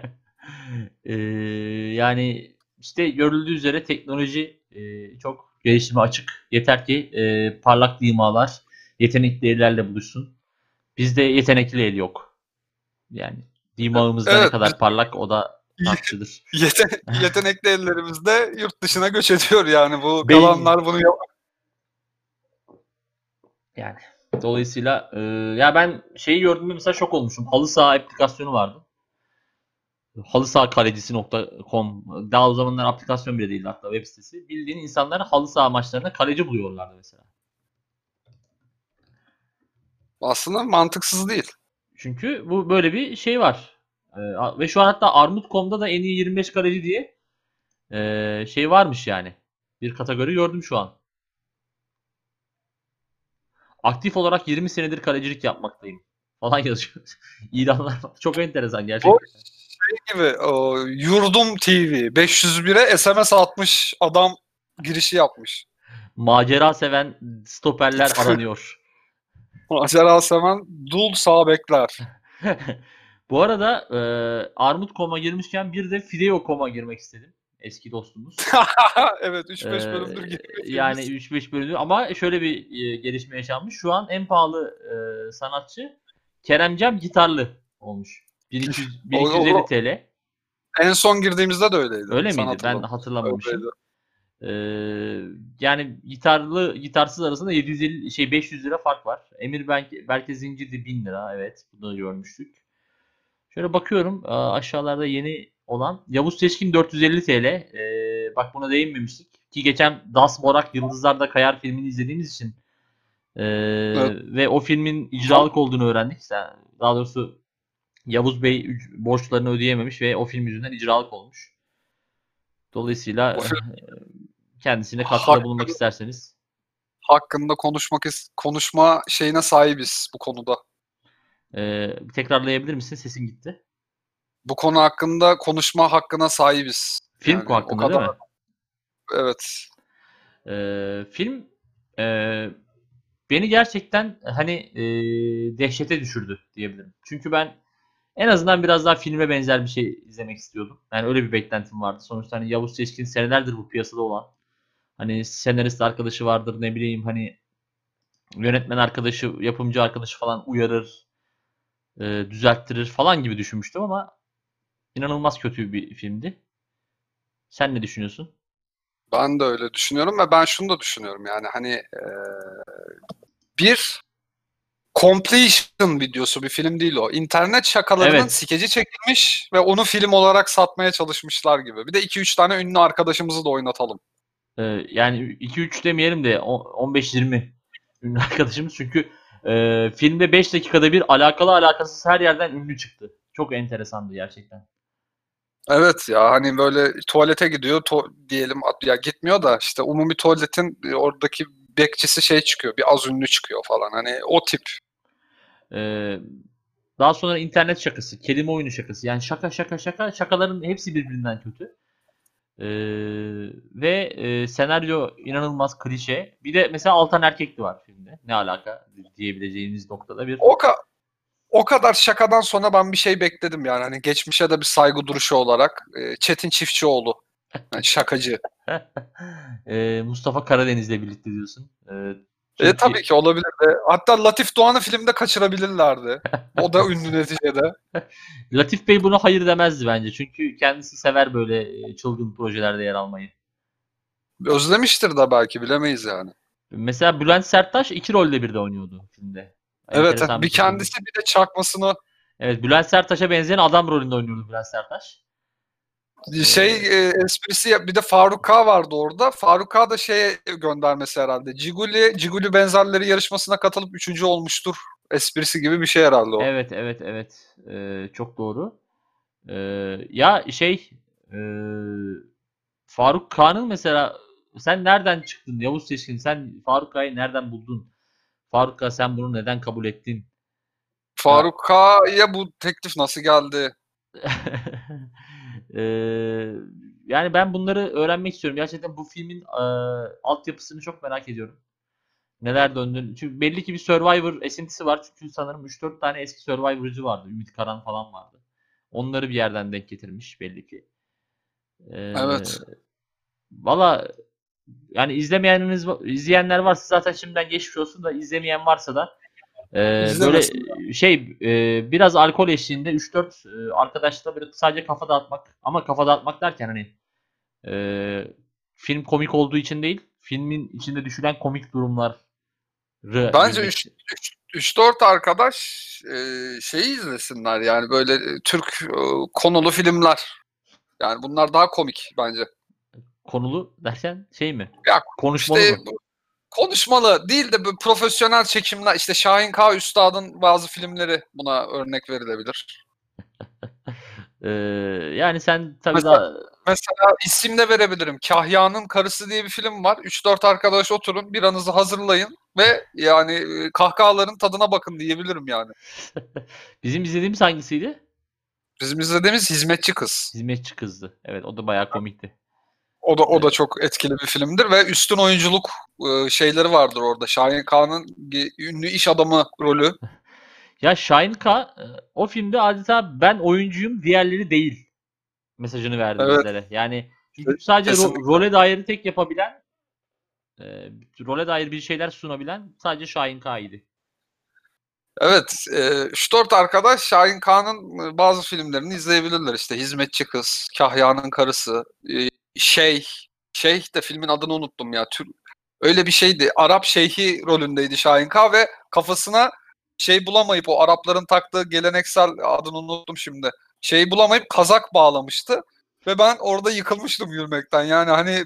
Ee, Yani işte görüldüğü üzere teknoloji çok gelişime açık. Yeter ki parlak limalar yetenekli ellerle buluşsun. Bizde yetenekli el yok. Yani dimağımızda ne Evet, kadar parlak o da tartışılır. yetenekli ellerimizde yurt dışına göç ediyor yani bu Beyin kalanlar bunu yani dolayısıyla ya ben şeyi gördüğümde mesela şok olmuşum. Halı saha aplikasyonu vardı. HalısahaKalecisi.com, daha o zamanlar aplikasyon bile değildi hatta, web sitesi. Bildiğin insanlar halı saha maçlarına kaleci buluyorlardı mesela. aslında mantıksız değil. Çünkü bu böyle bir şey var. Ve şu an hatta Armut.com'da da en iyi 25 kaleci diye şey varmış yani. Bir kategori gördüm şu an. Aktif olarak 20 senedir kalecilik yapmaktayım falan yazıyor. İlanlar var. Çok enteresan Bu gerçekten. şey gibi Yurdum TV 501'e SMS atmış adam girişi yapmış. Macera seven stoperler aranıyor. Macera seven dul sağ bekler. Bu arada Armut.com'a girmişken bir de Fideo.com'a girmek istedim. Eski dostumuz. Evet 3-5 bölümdür Yani girmediğimiz. 3-5 bölümü ama şöyle bir gelişme yaşanmış. Şu an en pahalı sanatçı Keremcem Gitarlı olmuş. O, 1250 o- TL. En son girdiğimizde de öyleydi. Öyle Sen miydi? Ben hatırlamıyorsun. hatırlamamışım. Öyleydi. Yani gitarsız arasında 500 lira fark var. Emir Berke Zincir'de 1000 lira. Evet, bunu da görmüştük. Şöyle bakıyorum aşağılarda yeni olan Yavuz Seçkin 450 TL. Bak buna değinmemiştik. Ki geçen Das Borak Yıldızlarda Kayar filmini izlediğimiz için Evet. ve o filmin icralık olduğunu öğrendik. Daha doğrusu Yavuz Bey borçlarını ödeyememiş ve o film yüzünden icralık olmuş. O Dolayısıyla film kendisine katkıda bulunmak hakkında, isterseniz hakkında konuşma şeyine sahibiz bu konuda. tekrarlayabilir misin? Sesin gitti. Bu konu hakkında konuşma hakkına sahibiz. Film Yani o hakkında değil kadar. mi? Evet. Film beni gerçekten hani dehşete düşürdü diyebilirim. Çünkü ben en azından biraz daha filme benzer bir şey izlemek istiyordum. Yani öyle bir beklentim vardı. Sonuçta hani Yavuz Çeşkin senelerdir bu piyasada olan. Hani senarist arkadaşı vardır, ne bileyim hani yönetmen arkadaşı, yapımcı arkadaşı falan uyarır, düzelttirir falan gibi düşünmüştüm ama inanılmaz kötü bir filmdi. Sen ne düşünüyorsun? Ben de öyle düşünüyorum ve ben şunu da düşünüyorum yani hani bir completion videosu bir film değil o. İnternet şakalarının Evet. skeci çekilmiş ve onu film olarak satmaya çalışmışlar gibi. Bir de 2-3 tane ünlü arkadaşımızı da oynatalım. Yani 2-3 demeyelim de 15-20 ünlü arkadaşımız. Çünkü filmde 5 dakikada bir alakalı alakasız her yerden ünlü çıktı. Çok enteresandı gerçekten. Evet ya hani böyle tuvalete gidiyor diyelim ya gitmiyor da işte umumi tuvaletin oradaki bekçisi şey çıkıyor bir az ünlü çıkıyor falan hani o tip. Ee, Daha sonra internet şakası, kelime oyunu şakası. Yani şaka şaka şaka şakaların hepsi birbirinden kötü. Ee, Ve senaryo inanılmaz klişe. Bir de mesela Altan Erkekli var filmde. Ne alaka diyebileceğimiz noktada bir. O, ka- O kadar şakadan sonra ben bir şey bekledim yani hani geçmişe de bir saygı duruşu olarak Çetin Çiftçioğlu yani şakacı. Mustafa Karadeniz'le birlikte diyorsun. Türkiye. Tabii ki olabilirdi. Hatta Latif Doğan'ı filmde kaçırabilirlerdi. O da ünlü neticede. Latif Bey buna hayır demezdi bence. Çünkü kendisi sever böyle çılgın projelerde yer almayı. Özlemiştir de belki bilemeyiz yani. Mesela Bülent Serttaş iki rolde bir de oynuyordu filmde. Evet Enteresan bir bir şekilde. kendisi bir de çakmasını Evet, Bülent Serttaş'a benzeyen adam rolünde oynuyordu Bülent Serttaş. şey Ee, esprisi bir de Faruk K vardı orada. Faruk K da şeye göndermesi herhalde. Ciguli benzerleri yarışmasına katılıp üçüncü olmuştur. Esprisi gibi bir şey herhalde o. evet, evet, evet. Çok doğru. Ya e, Faruk Kağan'ın mesela sen nereden çıktın Yavuz Seçkin? Sen Faruk Kağan'ı nereden buldun? Faruk Kağan sen bunu neden kabul ettin? Ya Faruk K'ya bu teklif nasıl geldi? Eee, yani ben bunları öğrenmek istiyorum. Gerçekten bu filmin altyapısını çok merak ediyorum. Neler döndüğünü. Çünkü belli ki bir Survivor esintisi var. Çünkü sanırım 3-4 tane eski Survivor'cı vardı. Ümit Karan falan vardı. Onları bir yerden denk getirmiş belli ki. Eee Evet. Valla yani izleyenler varsa zaten şimdiden geçmiş olsun da izlemeyen varsa da böyle İzlemesin. biraz alkol eşliğinde 3-4 arkadaşla böyle sadece kafa dağıtmak ama kafa dağıtmak derken hani film komik olduğu için değil, filmin içinde düşülen komik durumları Bence gülmek. 3-4 arkadaş şeyi izlesinler yani böyle Türk konulu filmler. Yani bunlar daha komik bence. Konulu derken şey mi? Ya Konuşmalı işte mı? konuşmalı değil de böyle profesyonel çekimler işte Şahin K. Üstad'ın bazı filmleri buna örnek verilebilir. Ee, Yani sen tabii Mesela, daha mesela isim de verebilirim. Kahya'nın Karısı diye bir film var. 3-4 arkadaş oturun, biranızı hazırlayın ve yani kahkahaların tadına bakın diyebilirim yani. bizim izlediğimiz hangisiydi? Bizim izlediğimiz Hizmetçi Kız. Hizmetçi Kızdı. Evet, o da bayağı komikti. O da Ee, çok etkili bir filmdir ve üstün oyunculuk şeyleri vardır orada. Şahin K'nın ünlü iş adamı rolü. Ya Şahin K o filmde adeta ben oyuncuyum diğerleri değil mesajını verdi Evet. bizlere. Yani Çünkü sadece Kesinlikle. role dair tek yapabilen, role dair bir şeyler sunabilen sadece Şahin K'ydı. Evet, 3-4 arkadaş Şahin Kağan'ın bazı filmlerini izleyebilirler. İşte Hizmetçi Kız, Kahya'nın Karısı, Şeyh de filmin adını unuttum ya. Öyle bir şeydi. Arap şeyhi rolündeydi Şahin Kağan ve kafasına şey bulamayıp o Arapların taktığı geleneksel adını unuttum şimdi. Şeyi bulamayıp kazak bağlamıştı ve ben orada yıkılmıştım gülmekten. Yani hani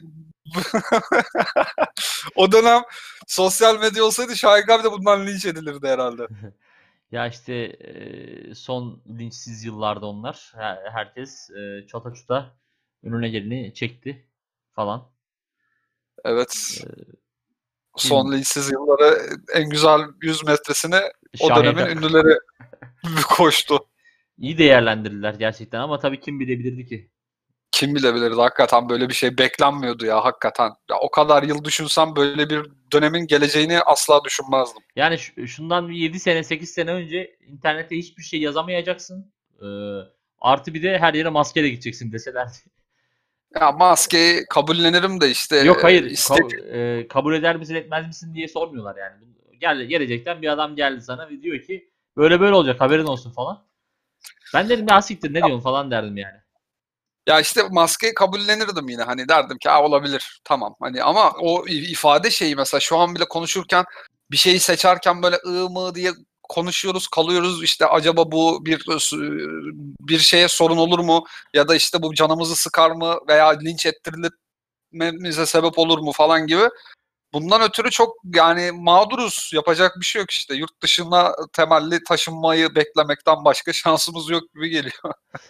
o dönem sosyal medya olsaydı Şahin Kağan de bundan linç edilirdi herhalde. Ya işte son linçsiz yıllarda onlar. Herkes çata çuta önüne geleni çekti falan. Evet. Son Film linçsiz yılları en güzel 100 metresini o Şahin dönemin K. ünlüleri koştu. iyi değerlendirdiler gerçekten ama tabii kim bilebilirdi ki? Kim bilebilirdi, hakikaten böyle bir şey beklenmiyordu ya, hakikaten. Ya, o kadar yıl düşünsem böyle bir dönemin geleceğini asla düşünmezdim. Yani şundan bir 7 sene 8 sene önce internette hiçbir şey yazamayacaksın. Ee, Artı bir de her yere maskeyle gideceksin deselerdi. Ya maskeyi kabullenirim de işte Yok hayır istediğim. kabul eder misin etmez misin diye sormuyorlar yani. Gelecekten bir adam geldi sana ve diyor ki böyle böyle olacak haberin olsun falan. Ben dedim ya siktir ne diyorsun falan derdim yani. Ya işte maskeyi kabullenirdim yine, hani derdim ki olabilir, tamam hani, ama o ifade şeyi mesela şu an bile konuşurken bir şeyi seçerken böyle mı diye konuşuyoruz kalıyoruz, işte acaba bu bir şeye sorun olur mu ya da işte bu canımızı sıkar mı veya linç ettirilmemize sebep olur mu falan gibi. Bundan ötürü çok yani mağduruz, yapacak bir şey yok, işte yurt dışına temelli taşınmayı beklemekten başka şansımız yok gibi geliyor.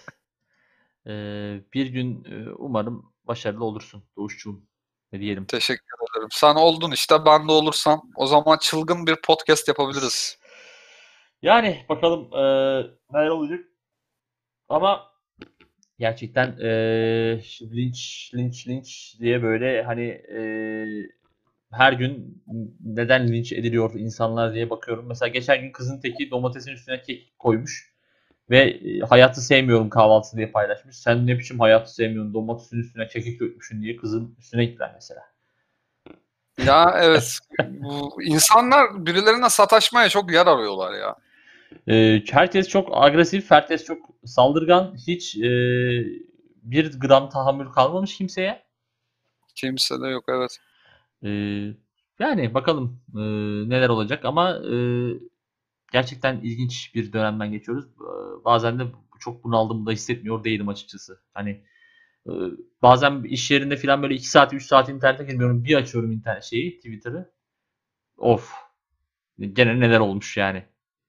Bir gün umarım başarılı olursun Doğuşçuğum. Ne diyelim. Teşekkür ederim. Sen oldun işte, ben de olursam o zaman çılgın bir podcast yapabiliriz. Yani bakalım neler olacak. Ama gerçekten linç diye böyle hani her gün neden linç ediliyor insanlar diye bakıyorum. Mesela geçen gün kızın teki domatesin üstüne kek koymuş ve hayatı sevmiyorum kahvaltısı diye paylaşmış. Sen ne biçim hayatı sevmiyorsun domatesin üstüne kekik dökmüşsün diye kızın üstüne gittiler mesela. Ya evet, bu insanlar birilerine sataşmaya çok yer arıyorlar ya. Herkes çok agresif, herkes çok saldırgan. Hiç bir gram tahammül kalmamış kimseye. Kimse de yok, evet. Ee, Yani bakalım neler olacak ama gerçekten ilginç bir dönemden geçiyoruz. Bazen de çok bunaldığımı da hissetmiyor değilim açıkçası. Hani e, bazen iş yerinde falan böyle 2 saat 3 saat internete girmiyorum. Bir açıyorum internet Twitter'ı. Of. Gene neler olmuş yani.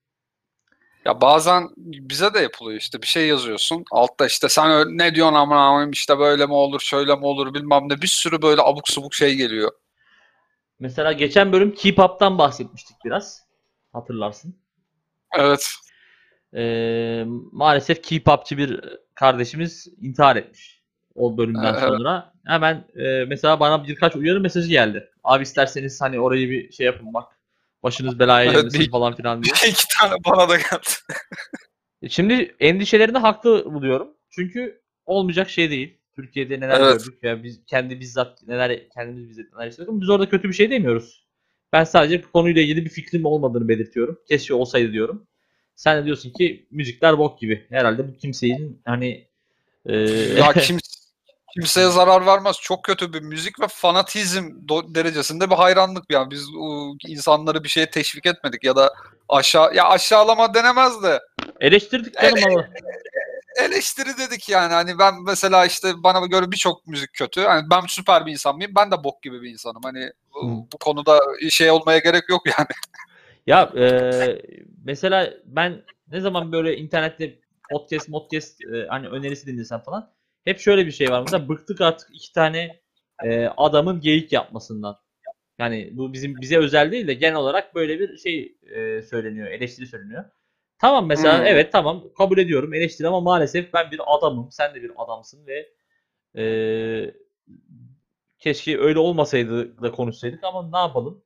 Ya bazen bize de yapılıyor, işte bir şey yazıyorsun altta, işte sen ne diyorsun amına koyayım, işte böyle mi olur şöyle mi olur bilmem ne, bir sürü böyle abuk subuk şey geliyor. Mesela geçen bölüm K-pop'tan bahsetmiştik biraz. Hatırlarsın. Evet. Maalesef K-popçı bir kardeşimiz intihar etmiş. O bölümden Evet. sonra. Hemen mesela bana birkaç uyarı mesajı geldi. Abi isterseniz hani orayı bir şey yapın bak. Başınız belaya Evet, girmesin falan filan diye. iki tane bana da geldi. Şimdi endişelerini haklı buluyorum. Çünkü olmayacak şey değil. Türkiye'de neler Evet. gördük veya biz kendimiz bizzat neler yaşadık. Biz orada kötü bir şey demiyoruz. Ben sadece bu konuyla ilgili bir fikrim olmadığını belirtiyorum. Keşke olsaydı diyorum. Sen de diyorsun ki müzikler bok gibi. Herhalde bu kimsenin hani Ya kimseye zarar vermez. Çok kötü bir müzik ve fanatizm derecesinde bir hayranlık. Yani biz insanları bir şeye teşvik etmedik ya da aşağılama denemez de eleştirdik canım ama. eleştiri dedik yani. Hani ben mesela işte bana göre birçok müzik kötü. Hani ben süper bir insan mıyım? Ben de bok gibi bir insanım. Hani bu konuda şey olmaya gerek yok yani. Ya mesela ben ne zaman böyle internette podcast hani önerisi dinlesem falan hep şöyle bir şey var. Mesela bıktık artık iki tane adamın geyik yapmasından. Yani bu bize özel değil de genel olarak böyle bir şey söyleniyor, eleştiri söyleniyor. Tamam mesela Hmm. evet tamam kabul ediyorum eleştiri ama maalesef ben bir adamım, sen de bir adamsın ve e, keşke öyle olmasaydı da konuşsaydık ama ne yapalım?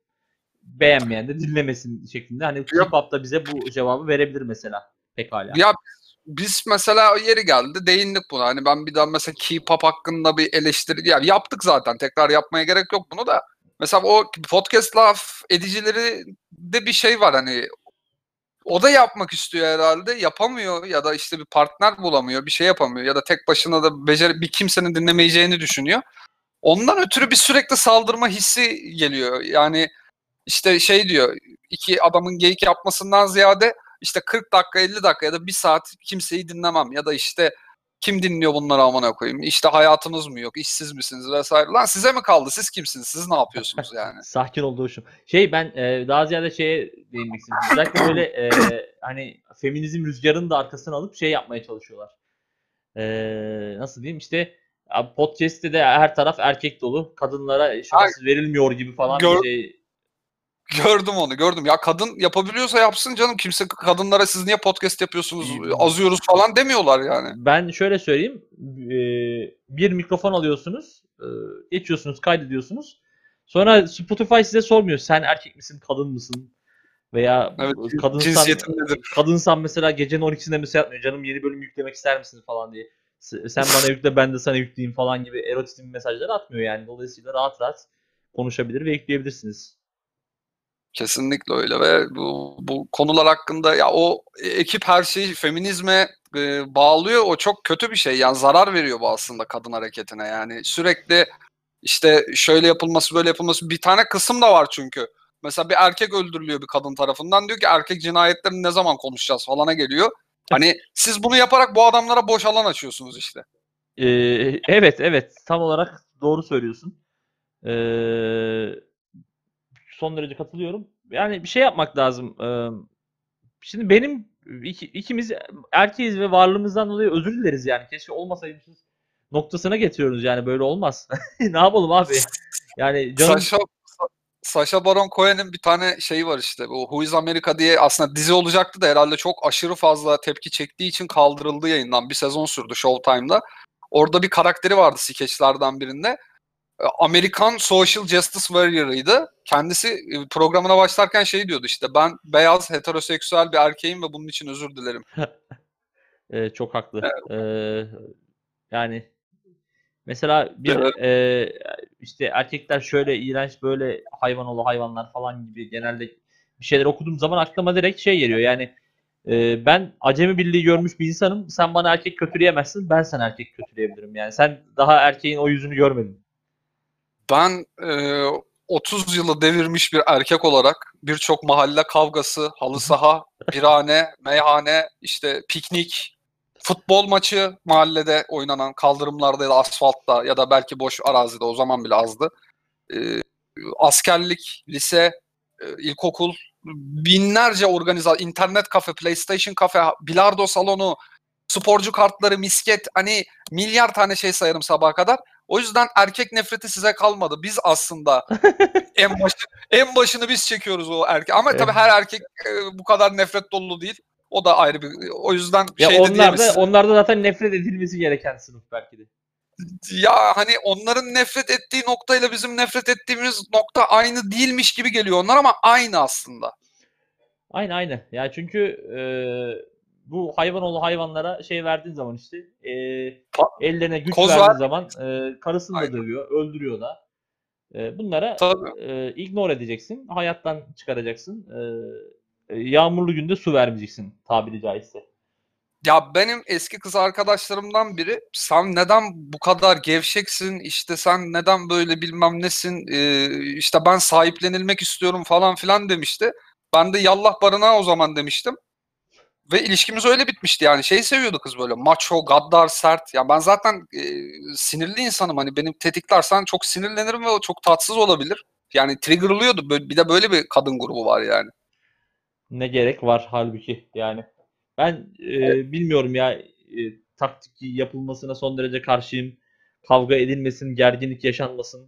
Beğenmeyen de dinlemesin şeklinde. Hani Ya, K-pop da bize bu cevabı verebilir mesela. Pekala. ya biz mesela yeri geldi değindik buna. Hani ben bir daha mesela K-pop hakkında bir eleştiri yani yaptık zaten. Tekrar yapmaya gerek yok bunu da. Mesela o podcast laf edicileri de bir şey var hani o da yapmak istiyor herhalde. Yapamıyor ya da işte bir partner bulamıyor, bir şey yapamıyor ya da tek başına da bir kimsenin dinlemeyeceğini düşünüyor. Ondan ötürü bir sürekli saldırma hissi geliyor. Yani işte şey diyor, iki adamın geyik yapmasından ziyade işte 40 dakika 50 dakika ya da bir saat kimseyi dinlemem ya da işte kim dinliyor bunları amına koyayım? İşte hayatınız mı yok? İşsiz misiniz vesaire. Lan size mi kaldı? Siz kimsiniz? Siz ne yapıyorsunuz yani? Sakin ol Doğuş'um. Ben daha ziyade şeye değinmek istedim. Özellikle böyle hani feminizm rüzgarını da arkasına alıp şey yapmaya çalışıyorlar. Nasıl diyeyim işte podcast'te de her taraf erkek dolu. Kadınlara Ha, şans verilmiyor gibi falan bir gör, şey. gördüm onu gördüm. Ya kadın yapabiliyorsa yapsın canım. Kimse kadınlara siz niye podcast yapıyorsunuz? Azıyoruz falan demiyorlar yani. Ben şöyle söyleyeyim. Bir mikrofon alıyorsunuz. Geçiyorsunuz, kaydediyorsunuz. Sonra Spotify size sormuyor. Sen erkek misin, kadın mısın? Veya Evet, kadınsan cinsiyetin nedir? kadınsan mesela gecenin 12'sinde mesaj atmıyor. Canım yeni bölüm yüklemek ister misin falan diye. Sen bana yükle ben de sana yükleyeyim falan gibi erotizm mesajlar atmıyor yani. Dolayısıyla rahat rahat konuşabilir ve yükleyebilirsiniz. Kesinlikle öyle ve bu konular hakkında ya o ekip her şeyi feminizme bağlıyor. O çok kötü bir şey. Yani zarar veriyor bu aslında kadın hareketine. Yani sürekli işte şöyle yapılması böyle yapılması bir tane kısım da var çünkü. Mesela bir erkek öldürülüyor bir kadın tarafından. Diyor ki erkek cinayetlerini ne zaman konuşacağız falana geliyor. Hani siz bunu yaparak bu adamlara boş alan açıyorsunuz işte. Evet, evet. Tam olarak doğru söylüyorsun. Ee, Son derece katılıyorum. Yani bir şey yapmak lazım. Şimdi ikimiz erkeğiz ve varlığımızdan dolayı özür dileriz yani. Keşke olmasaymışız noktasına getiriyoruz yani böyle olmaz. Ne yapalım abi? Yani canım. Saşa Saşa Baron Cohen'in bir tane şeyi var işte. Bu Who is America diye aslında dizi olacaktı da herhalde çok aşırı fazla tepki çektiği için kaldırıldı yayından. Bir sezon sürdü Showtime'da. Orada bir karakteri vardı skeçlerden birinde. Amerikan Social Justice Warrior'ıydı. Kendisi programına başlarken şey diyordu işte ben beyaz heteroseksüel bir erkeğim ve bunun için özür dilerim. Çok haklı. Yani mesela Evet. işte erkekler şöyle iğrenç böyle hayvan oğlu hayvanlar falan gibi genelde bir şeyler okuduğum zaman aklıma direkt şey geliyor. Yani ben Acemi Birliği görmüş bir insanım. Sen bana erkek kötüleyemezsin. Ben sana erkek kötüleyebilirim. Yani sen daha erkeğin o yüzünü görmedin. Ben 30 yılı devirmiş bir erkek olarak birçok mahalle kavgası, halı saha, birahane, meyhane, işte piknik, futbol maçı mahallede oynanan kaldırımlarda ya da asfaltta ya da belki boş arazide o zaman bile azdı. E, Askerlik, lise, ilkokul, binlerce internet kafe, PlayStation kafe, bilardo salonu, sporcu kartları, misket hani milyar tane şey sayarım sabaha kadar. O yüzden erkek nefreti size kalmadı. Biz aslında en başını biz çekiyoruz o erkek. Ama tabii her erkek bu kadar nefret dolu değil. O da ayrı bir o yüzden Ya şey de diyemeyiz. onlar da zaten nefret edilmesi gereken sınıf belki de. Ya hani onların nefret ettiği noktayla bizim nefret ettiğimiz nokta aynı değilmiş gibi geliyor onlar ama aynı aslında. Aynı aynı. Yani çünkü bu hayvanoğlu hayvanlara şey verdiğin zaman işte ellerine güç Koz verdiğin ver. zaman karısını da Aynen. dövüyor, öldürüyor da. Bunlara Tabii. ignore edeceksin, hayattan çıkaracaksın. Yağmurlu günde su vermeyeceksin tabiri caizse. Ya benim eski kız arkadaşlarımdan biri sen neden bu kadar gevşeksin işte sen neden böyle bilmem nesin işte ben sahiplenilmek istiyorum falan filan demişti. Ben de yallah barına o zaman demiştim. Ve ilişkimiz öyle bitmişti yani şey seviyordu kız böyle macho, gaddar, sert. Ya ben zaten sinirli insanım hani benim tetiklersen çok sinirlenirim ve o çok tatsız olabilir. Yani triggerlıyordu bir de böyle bir kadın grubu var yani. Ne gerek var halbuki yani. Ben bilmiyorum ya taktik yapılmasına son derece karşıyım. Kavga edilmesin, gerginlik yaşanmasın.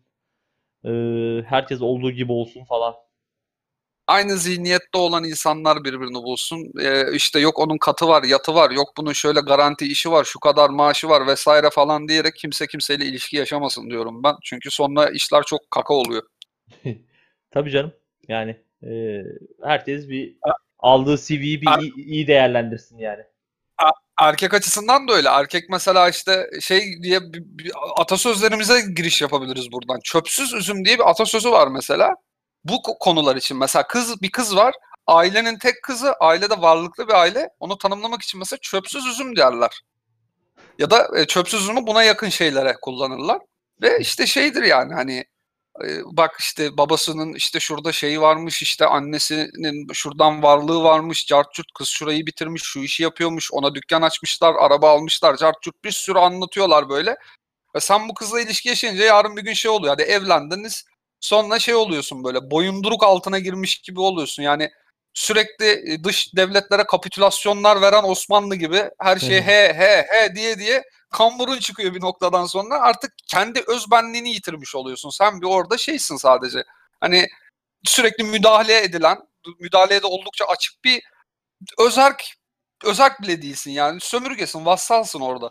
Herkes olduğu gibi olsun falan. Aynı zihniyette olan insanlar birbirini bulsun. İşte yok onun katı var, yatı var, yok bunun şöyle garanti işi var, şu kadar maaşı var vesaire falan diyerek kimse kimseyle ilişki yaşamasın diyorum ben. Çünkü sonra işler çok kaka oluyor. Tabii canım. Yani herkes bir aldığı CV'yi bir iyi değerlendirsin yani. erkek açısından da öyle. Erkek mesela işte şey diye bir atasözlerimize giriş yapabiliriz buradan. Çöpsüz üzüm diye bir atasözü var mesela. Bu konular için mesela bir kız var. Ailenin tek kızı, ailede varlıklı bir aile. Onu tanımlamak için mesela çöpsüz üzüm derler. Ya da çöpsüz üzümü buna yakın şeylere kullanırlar. Ve işte şeydir yani hani bak işte babasının işte şurada şeyi varmış, işte annesinin şuradan varlığı varmış, cart curt, kız şurayı bitirmiş, şu işi yapıyormuş, ona dükkan açmışlar, araba almışlar, cart curt, bir sürü anlatıyorlar böyle. Ve sen bu kızla ilişki yaşayınca yarın bir gün şey oluyor. Hadi evlendiniz. Sonra şey oluyorsun, böyle boyunduruk altına girmiş gibi oluyorsun. Yani sürekli dış devletlere kapitülasyonlar veren Osmanlı gibi her şeye he he he diye kamburun çıkıyor bir noktadan sonra. Artık kendi özbenliğini yitirmiş oluyorsun. Sen bir orada şeysin sadece. Hani sürekli müdahale edilen, müdahaleye de oldukça açık bir özerk özerk bile değilsin yani. Sömürgesin, vassalsın orada.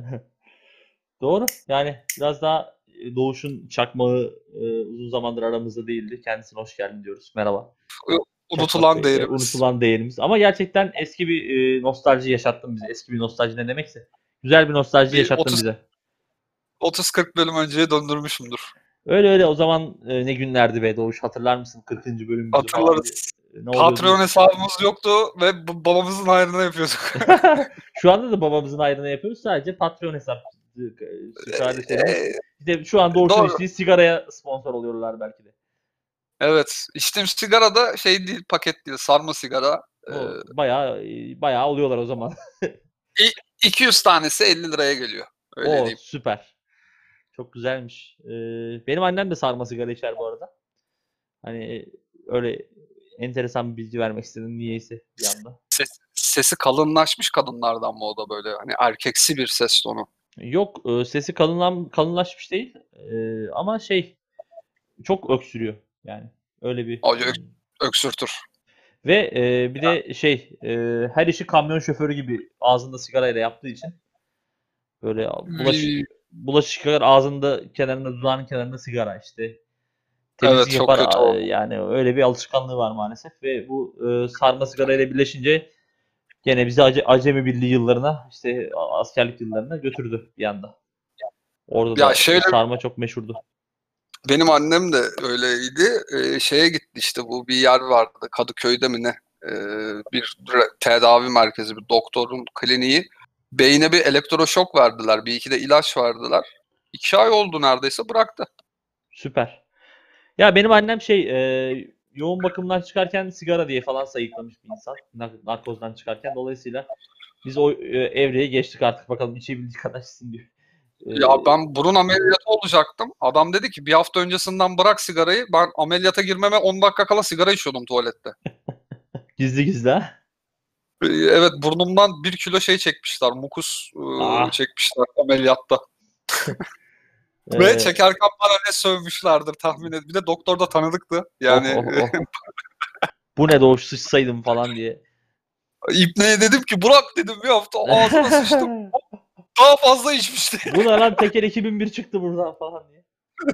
Doğru. Yani biraz daha Doğuş'un çakmağı uzun zamandır aramızda değildi. Kendisine hoş geldin diyoruz. Merhaba. Çakmak Unutulan Bey. değerimiz. Unutulan değerimiz. Ama gerçekten eski bir nostalji yaşattın bize. Eski bir nostalji ne demekse. Güzel bir nostalji Bir yaşattın bize. 30-40 bölüm önceye döndürmüşümdür. Öyle öyle, o zaman ne günlerdi be Doğuş, hatırlar mısın 40. bölümümüzü falan diye. Hatırlarız. Ne Patreon oluyordu? hesabımız yoktu ve babamızın hayrına yapıyorduk. Şu anda da babamızın ayrına yapıyoruz. Sadece Patreon hesap kardeşlerimiz. Eee, İşte şu an Doğuş'un doğru. içtiği sigaraya sponsor oluyorlar belki de. Evet. İçtiğim sigara da şey değil, paket değil, sarma sigara. O bayağı bayağı oluyorlar o zaman. İ 200 tanesi 50 liraya geliyor. Öyle O diyeyim. süper. Çok güzelmiş. Benim annem de sarma sigara içer bu arada. Hani öyle enteresan bir bilgi vermek istedim niyeyse bir anda. Sesi kalınlaşmış kadınlardan mı o da böyle? Hani erkeksi bir ses tonu. Yok, sesi kalınlaşmış değil. Ama şey, çok öksürüyor yani. Öyle bir O öksürtür. ve bir de şey, her işi kamyon şoförü gibi ağzında sigarayla yaptığı için böyle bulaşıklar ağzında kenarında, dudağının kenarında sigara işte. Evet, Temizlik çok yapar, kötü o. yani öyle bir alışkanlığı var maalesef ve bu sarma sigarayla birleşince gene bizi Acemi Birliği yıllarına, işte askerlik yıllarına götürdü bir anda. Orada Ya da şöyle, sarma çok meşhurdu. benim annem de öyleydi. Şeye gitti işte, bu bir yer vardı Kadıköy'de mi ne? Bir tedavi merkezi, bir doktorun kliniği. Beyine bir elektroşok verdiler. Bir iki de ilaç verdiler. 2 ay oldu neredeyse, bıraktı. Süper. Ya benim annem şey, yoğun bakımdan çıkarken sigara diye falan sayıklamış bir insan. Narkozdan çıkarken. Dolayısıyla biz o evreye geçtik artık, bakalım içebildiği kadar içsin diyor. Ya E, ben burun ameliyatı olacaktım. Adam dedi ki bir hafta öncesinden bırak sigarayı. Ben ameliyata girmeme 10 dakika kala sigara içiyordum tuvalette. Gizli gizli ha. Evet, burnumdan 1 kilo şey çekmişler. Mukus Ah. çekmişler ameliyatta. Ve E, çekerken bana ne sövmüşlerdir tahmin et. Bir de doktor da tanıdıktı. oh Yani oh oh. Bu ne Doğuş, sıçsaydım falan diye. İbne'ye dedim ki bırak dedim, bir hafta ağzına sıçtım. Daha fazla içmişti. Bu ne lan, Teker 2001 çıktı buradan falan diye.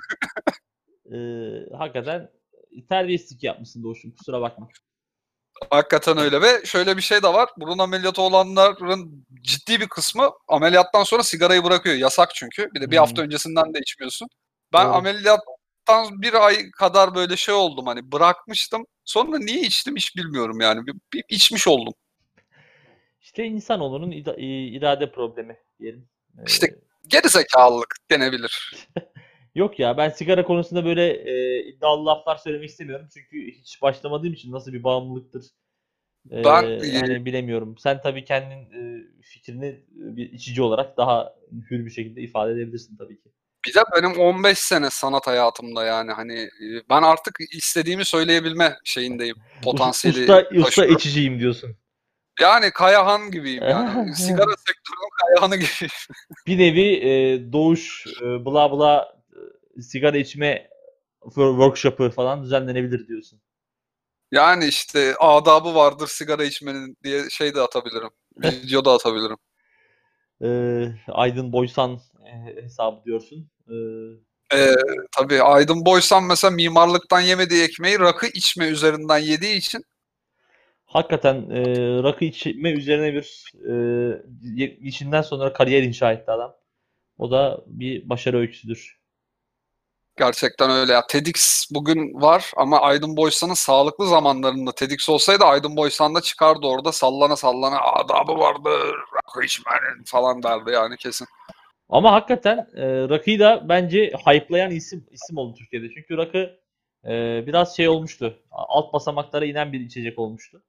Hakikaten terbiyesizlik yapmışsın Doğuş'um, kusura bakma. Hakikaten öyle ve şöyle bir şey de var. Burun ameliyatı olanların ciddi bir kısmı ameliyattan sonra sigarayı bırakıyor. Yasak çünkü. Bir de bir hafta Hmm, öncesinden de içmiyorsun. Ben doğru. ameliyattan bir ay kadar böyle şey oldum, hani bırakmıştım. Sonra niye içtim hiç bilmiyorum yani. Bir içmiş oldum. İşte insanoğlunun irade problemi diyelim. İşte gerizekalılık denebilir. Yok ya, ben sigara konusunda böyle iddialı laflar söylemek istemiyorum. Çünkü hiç başlamadığım için nasıl bir bağımlılıktır, Ben hani bilemiyorum. Sen tabii kendin fikrini bir içici olarak daha hür bir şekilde ifade edebilirsin tabii ki. bir de benim 15 sene sanat hayatımda, yani hani ben artık istediğimi söyleyebilme şeyindeyim. Potansiyeli Usta taşıyorum. içiciyim diyorsun. Yani Kayahan gibiyim yani. Sigara sektörünün Kayahan'ı gibiyim. Bir nevi Doğuş bla bla sigara içme workshop'ı falan düzenlenebilir diyorsun. Yani işte adabı vardır sigara içmenin diye şey de atabilirim. Video da atabilirim. Aydın Boysan hesabı diyorsun. Ee, tabii Aydın Boysan mesela mimarlıktan yemediği ekmeği rakı içme üzerinden yediği için Hakikaten rakı içme üzerine bir işinden sonra kariyer inşa etti adam. O da bir başarı öyküsüdür. Gerçekten öyle ya. TEDx bugün var ama Aydın Boysan'ın sağlıklı zamanlarında TEDx olsaydı Aydın Boysan da çıkardı orada sallana sallana adabı vardır, rakı içmenin falan derdi yani kesin. Ama hakikaten rakıyı da bence hype'layan isim oldu Türkiye'de. Çünkü rakı biraz şey olmuştu. Alt basamaklara inen bir içecek olmuştu.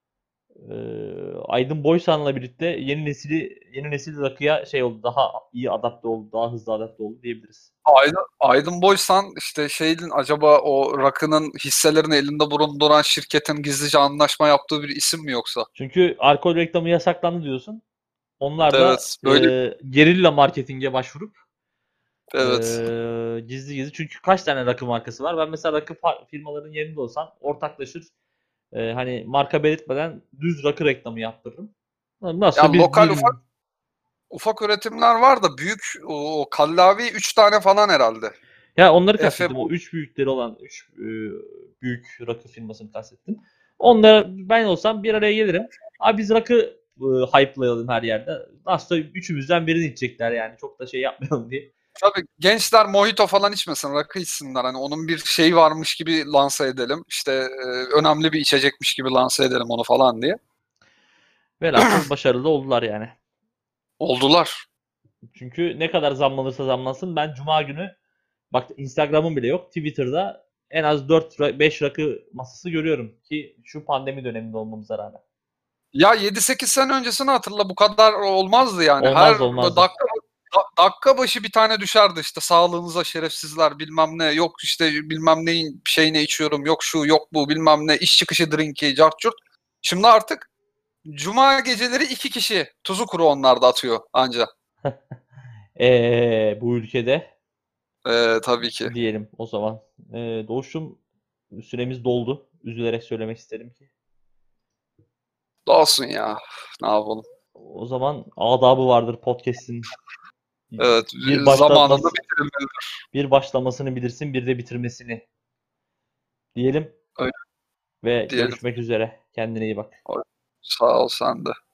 Aydın Boysan'la birlikte yeni nesil rakıya şey oldu. Daha iyi adapte oldu, daha hızlı adapte oldu diyebiliriz. Aydın Boysan işte şeyin acaba o rakının hisselerini elinde bulunduran şirketin gizlice anlaşma yaptığı bir isim mi yoksa? Çünkü alkol reklamı yasaklandı diyorsun. Onlar da Evet, böyle gerilla marketinge başvurup evet. gizli gizli. Çünkü kaç tane rakı markası var? Ben mesela rakı firmalarının yerinde olsam ortaklaşır. Hani marka belirtmeden düz rakı reklamı yaptırırım. Nasıl Ya lokal bir ufak üretimler var da büyük o Kallavi 3 tane falan herhalde. ya onları Efe kastettim. O bu. üç büyükleri olan büyük rakı firmasını kastettim. Onlara ben olsam bir araya gelirim. Abi biz rakı hype'layalım her yerde. Aslında üçümüzden birini içecekler yani. Çok da şey yapmayalım diye. Tabii gençler mojito falan içmesin, rakı içsinler. Hani onun bir şeyi varmış gibi lanse edelim. İşte önemli bir içecekmiş gibi lanse edelim onu falan diye. Velhasıl başarılı oldular yani. Oldular. Çünkü ne kadar zamlanırsa zamlansın ben Cuma günü bak Instagram'ım bile yok. Twitter'da en az 4-5 rakı masası görüyorum ki şu pandemi döneminde olmamıza rağmen. Ya 7-8 sene öncesini hatırla, bu kadar olmazdı yani. Her Olmazdı olmazdı. dakika başı bir tane düşerdi işte, sağlığınıza şerefsizler bilmem ne, yok işte bilmem neyin şeyine içiyorum, yok şu yok bu bilmem ne, iş çıkışı drinki cart curt. Şimdi artık cuma geceleri 2 kişi tuzu kuru onlar da atıyor anca. Bu ülkede Tabii ki. diyelim o zaman. Doğuş'um süremiz doldu. Üzülerek söylemek isterim ki. Olsun ya, ne yapalım. O zaman adabı vardır podcast'in. Evet, Bir zamanında başlatması, bitirilmeli. bir başlamasını bilirsin, bir de bitirmesini diyelim Öyle ve diyelim. görüşmek üzere. Kendine iyi bak. Sağ ol sen de.